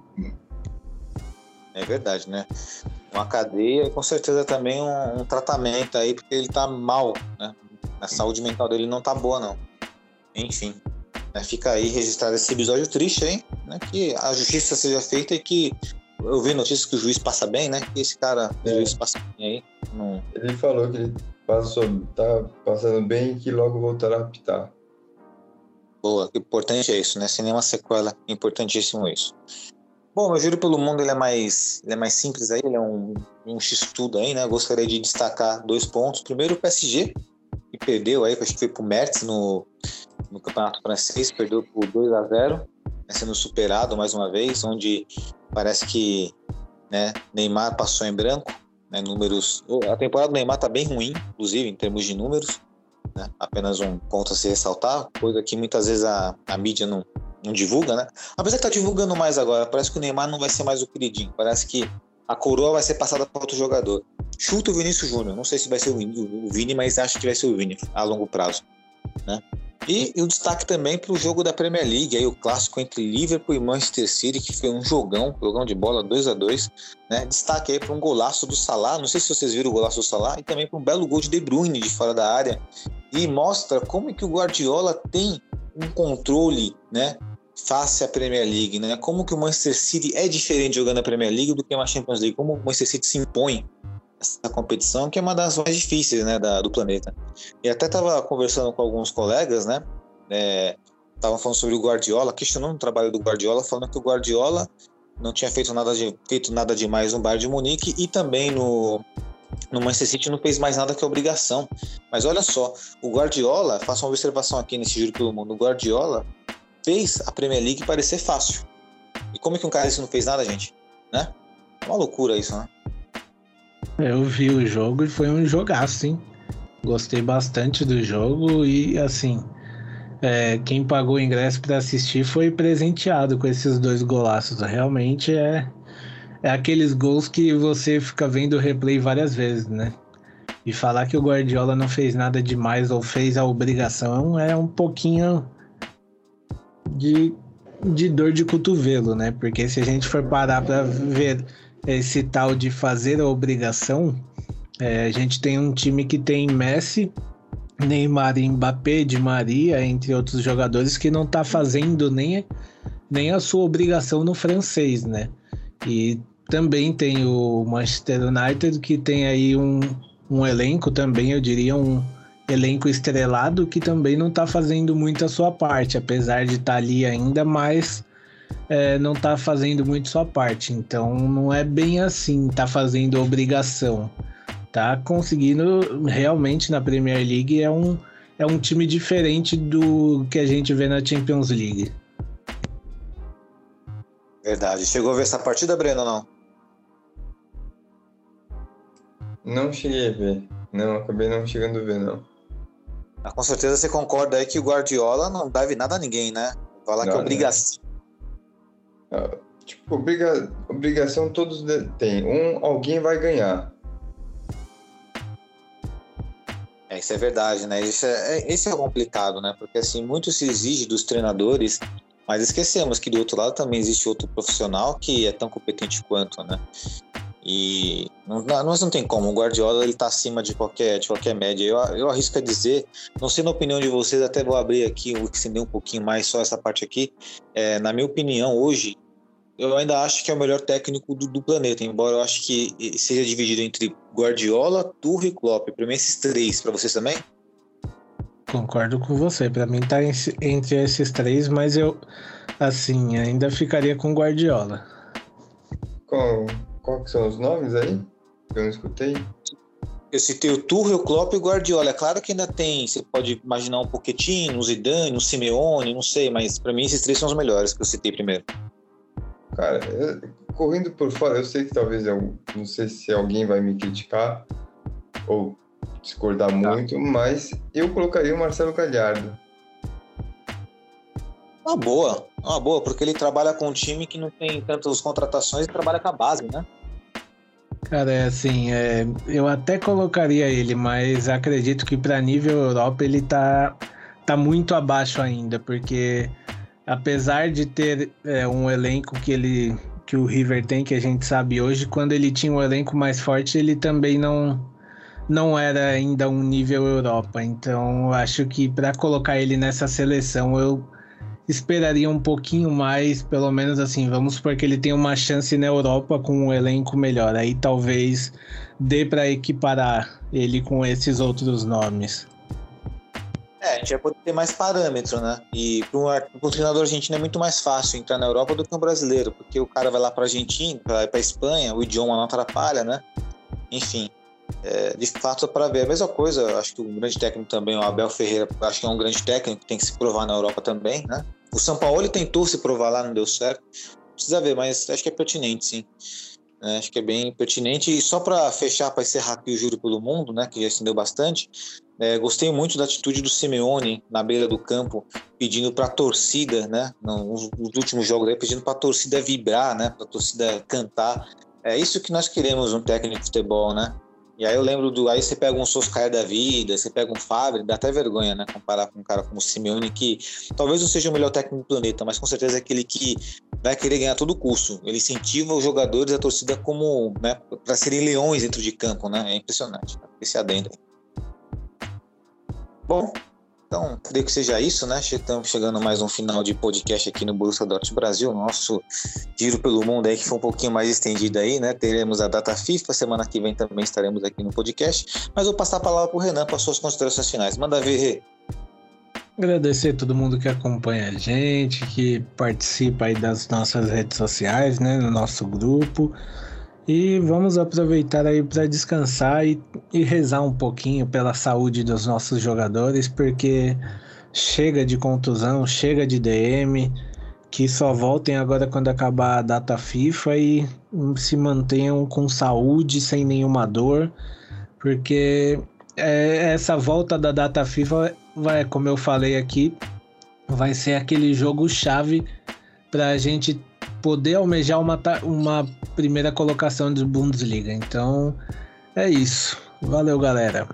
É verdade, né? Uma cadeia e com certeza também um tratamento aí, porque ele tá mal, né? A saúde mental dele não tá boa, não. Enfim, né? Fica aí registrado esse episódio triste aí, né? Que a justiça seja feita e que eu vi notícias que o juiz passa bem, né? Que esse cara, o juiz passa bem aí. Não... Ele falou que ele tá passando bem e que logo voltará a apitar. Boa, o importante é isso, né? Sem nenhuma sequela, importantíssimo isso. Bom, meu Giro pelo Mundo ele é mais simples aí, ele é um X-tudo aí, né? Gostaria de destacar 2 pontos. Primeiro, o PSG, que perdeu aí, acho que foi pro Metz no Campeonato Francês, perdeu por 2-0, né, sendo superado mais uma vez, onde parece que, né, Neymar passou em branco, né, números... A temporada do Neymar tá bem ruim, inclusive, em termos de números, né? Apenas um ponto a se ressaltar, coisa que muitas vezes a mídia não divulga, né? Apesar que tá divulgando mais agora, parece que o Neymar não vai ser mais o queridinho, parece que a coroa vai ser passada para outro jogador. Chuta o Vinícius Júnior, não sei se vai ser o Vini, mas acho que vai ser o Vini a longo prazo, né? E o destaque também para o jogo da Premier League, aí o clássico entre Liverpool e Manchester City, que foi um jogão de bola 2-2, né? Destaque aí para um golaço do Salah, não sei se vocês viram o golaço do Salah, e também para um belo gol de De Bruyne de fora da área, e mostra como é que o Guardiola tem um controle, né, face à Premier League, né? Como que o Manchester City é diferente jogando a Premier League do que uma Champions League, como o Manchester City se impõe essa competição, que é uma das mais difíceis, né, do planeta. E até estava conversando com alguns colegas, né, estavam falando sobre o Guardiola, questionando o trabalho do Guardiola, falando que o Guardiola não tinha feito nada demais no Bayern de Munique e também no Manchester City não fez mais nada que obrigação. Mas olha só, o Guardiola, faço uma observação aqui nesse Giro pelo Mundo, o Guardiola fez a Premier League parecer fácil. E como é que um cara desse não fez nada, gente? Né? É uma loucura isso, né? Eu vi o jogo e foi um jogaço, hein? Gostei bastante do jogo e, assim, quem pagou o ingresso para assistir foi presenteado com esses 2 golaços. Realmente é aqueles gols que você fica vendo o replay várias vezes, né? E falar que o Guardiola não fez nada demais ou fez a obrigação é um pouquinho de dor de cotovelo, né? Porque se a gente for parar para ver esse tal de fazer a obrigação, a gente tem um time que tem Messi, Neymar, Mbappé, Di Maria, entre outros jogadores, que não tá fazendo nem a sua obrigação no francês, né? E também tem o Manchester United, que tem aí um elenco também, eu diria, um elenco estrelado, que também não tá fazendo muito a sua parte, apesar de estar ali ainda, mas não tá fazendo muito sua parte. Então não é bem assim, tá fazendo obrigação. Tá conseguindo realmente na Premier League, é um time diferente do que a gente vê na Champions League. Verdade. Chegou a ver essa partida, Breno, ou não? Não cheguei a ver. Não, acabei não chegando a ver, não. Com certeza você concorda aí que o Guardiola não deve nada a ninguém, né? Falar que é obrigação. Tipo, obrigação todos têm. Alguém vai ganhar. Isso é verdade, né? Esse é complicado, né? Porque assim, muito se exige dos treinadores, mas esquecemos que do outro lado também existe outro profissional que é tão competente quanto, né? E não tem como. O Guardiola, ele tá acima de qualquer média. Eu arrisco a dizer, não sei na opinião de vocês, até vou abrir aqui, vou estender um pouquinho mais só essa parte aqui. Na minha opinião, hoje, eu ainda acho que é o melhor técnico do planeta, embora eu acho que seja dividido entre Guardiola, Tuchel e Klopp. Para mim, esses três. Para vocês também? Concordo com você. Para mim tá entre esses três, mas eu, assim, ainda ficaria com Guardiola. Qual que são os nomes aí? Que eu não escutei. Eu citei o Tuchel, o Klopp e o Guardiola. É claro que ainda tem, você pode imaginar um Pochettino, um Zidane, um Simeone, não sei, mas para mim esses três são os melhores que eu citei primeiro. Cara, correndo por fora, eu sei que talvez não sei se alguém vai me criticar ou discordar muito, mas eu colocaria o Marcelo Gallardo. Uma boa, porque ele trabalha com um time que não tem tantas contratações e trabalha com a base, né? Cara, assim, eu até colocaria ele, mas acredito que para nível Europa ele tá muito abaixo ainda, porque apesar de ter um elenco que o River tem, que a gente sabe hoje, quando ele tinha um elenco mais forte, ele também não era ainda um nível Europa. Então, eu acho que para colocar ele nessa seleção, eu esperaria um pouquinho mais, pelo menos assim, vamos supor que ele tenha uma chance na Europa com um elenco melhor. Aí talvez dê para equiparar ele com esses outros nomes. A gente vai poder ter mais parâmetro, né? E para um treinador argentino é muito mais fácil entrar na Europa do que um brasileiro, porque o cara vai lá para a Argentina, vai para a Espanha, o idioma não atrapalha, né? Enfim, de fato é para ver. A mesma coisa, acho que um grande técnico também, o Abel Ferreira, acho que é um grande técnico, tem que se provar na Europa também, né? O Sampaoli tentou se provar lá, não deu certo. Precisa ver, mas acho que é pertinente, sim. Acho que é bem pertinente. E só para fechar, para encerrar aqui o Júri pelo Mundo, né, que já estendeu bastante, gostei muito da atitude do Simeone na beira do campo, pedindo para a torcida, né, nos últimos jogos, pedindo para a torcida vibrar, né, para a torcida cantar. É isso que nós queremos um técnico de futebol, né? E aí eu lembro aí você pega um Solskjaer da vida, você pega um Favre, dá até vergonha, né, comparar com um cara como o Simeone, que talvez não seja o melhor técnico do planeta, mas com certeza é aquele que vai querer ganhar a todo custo. Ele incentiva os jogadores e a torcida como, né, para serem leões dentro de campo, né? É impressionante, né? Esse adendo aí. Bom, então, creio que seja isso, né? Estamos chegando a mais um final de podcast aqui no Borussia Dortmund Brasil, nosso giro pelo mundo aí, que foi um pouquinho mais estendido aí, né? Teremos a data FIFA, semana que vem também estaremos aqui no podcast, mas vou passar a palavra para o Renan para suas considerações finais. Manda ver, Rê. Agradecer a todo mundo que acompanha a gente, que participa aí das nossas redes sociais, né? No nosso grupo. E vamos aproveitar aí para descansar e rezar um pouquinho pela saúde dos nossos jogadores, porque chega de contusão, chega de DM, que só voltem agora quando acabar a data FIFA e se mantenham com saúde, sem nenhuma dor, porque essa volta da data FIFA vai, como eu falei aqui, vai ser aquele jogo-chave para a gente poder almejar uma primeira colocação de Bundesliga. Então, é isso. Valeu, galera.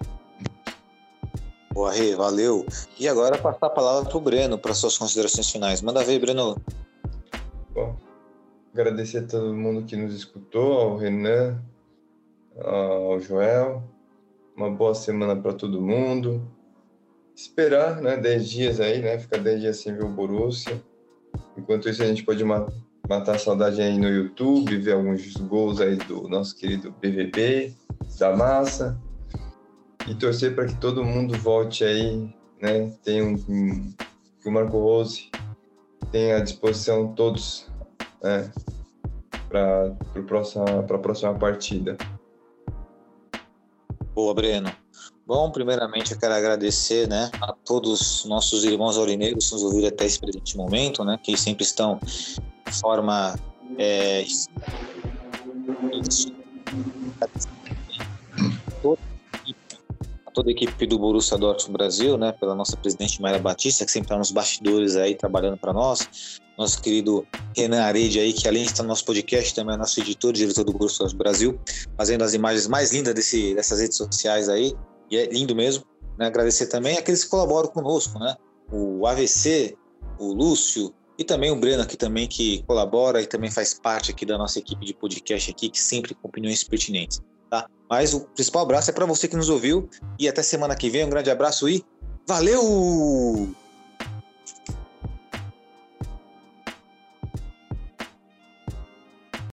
Boa, Rê, valeu. E agora passar a palavra para o Breno, para suas considerações finais. Manda ver, Breno. Bom, agradecer a todo mundo que nos escutou, ao Renan, ao Joel. Uma boa semana para todo mundo. Esperar, né, 10 dias aí, né, ficar 10 dias sem ver o Borussia. Enquanto isso, a gente pode matar a saudade aí no YouTube, ver alguns gols aí do nosso querido BVB, da massa, e torcer para que todo mundo volte aí, né? Que o Marco Rose tenha à disposição todos, né, para a próxima partida. Boa, Breno. Bom, primeiramente eu quero agradecer, né, a todos os nossos irmãos aurinegros que nos ouviram até esse presente momento, né, que sempre estão de forma toda a equipe do Borussia Dortmund Brasil, né, pela nossa presidente Mayra Batista, que sempre está nos bastidores aí trabalhando para nós, nosso querido Renan Arede aí, que além de estar no nosso podcast, também é nosso editor e diretor do Borussia Dortmund Brasil, fazendo as imagens mais lindas dessas redes sociais aí. E é lindo mesmo, né? Agradecer também aqueles que colaboram conosco, né? O AVC, o Lúcio e também o Breno aqui também, que colabora e também faz parte aqui da nossa equipe de podcast aqui, que sempre com opiniões pertinentes, tá? Mas o principal abraço é para você que nos ouviu e até semana que vem. Um grande abraço e valeu!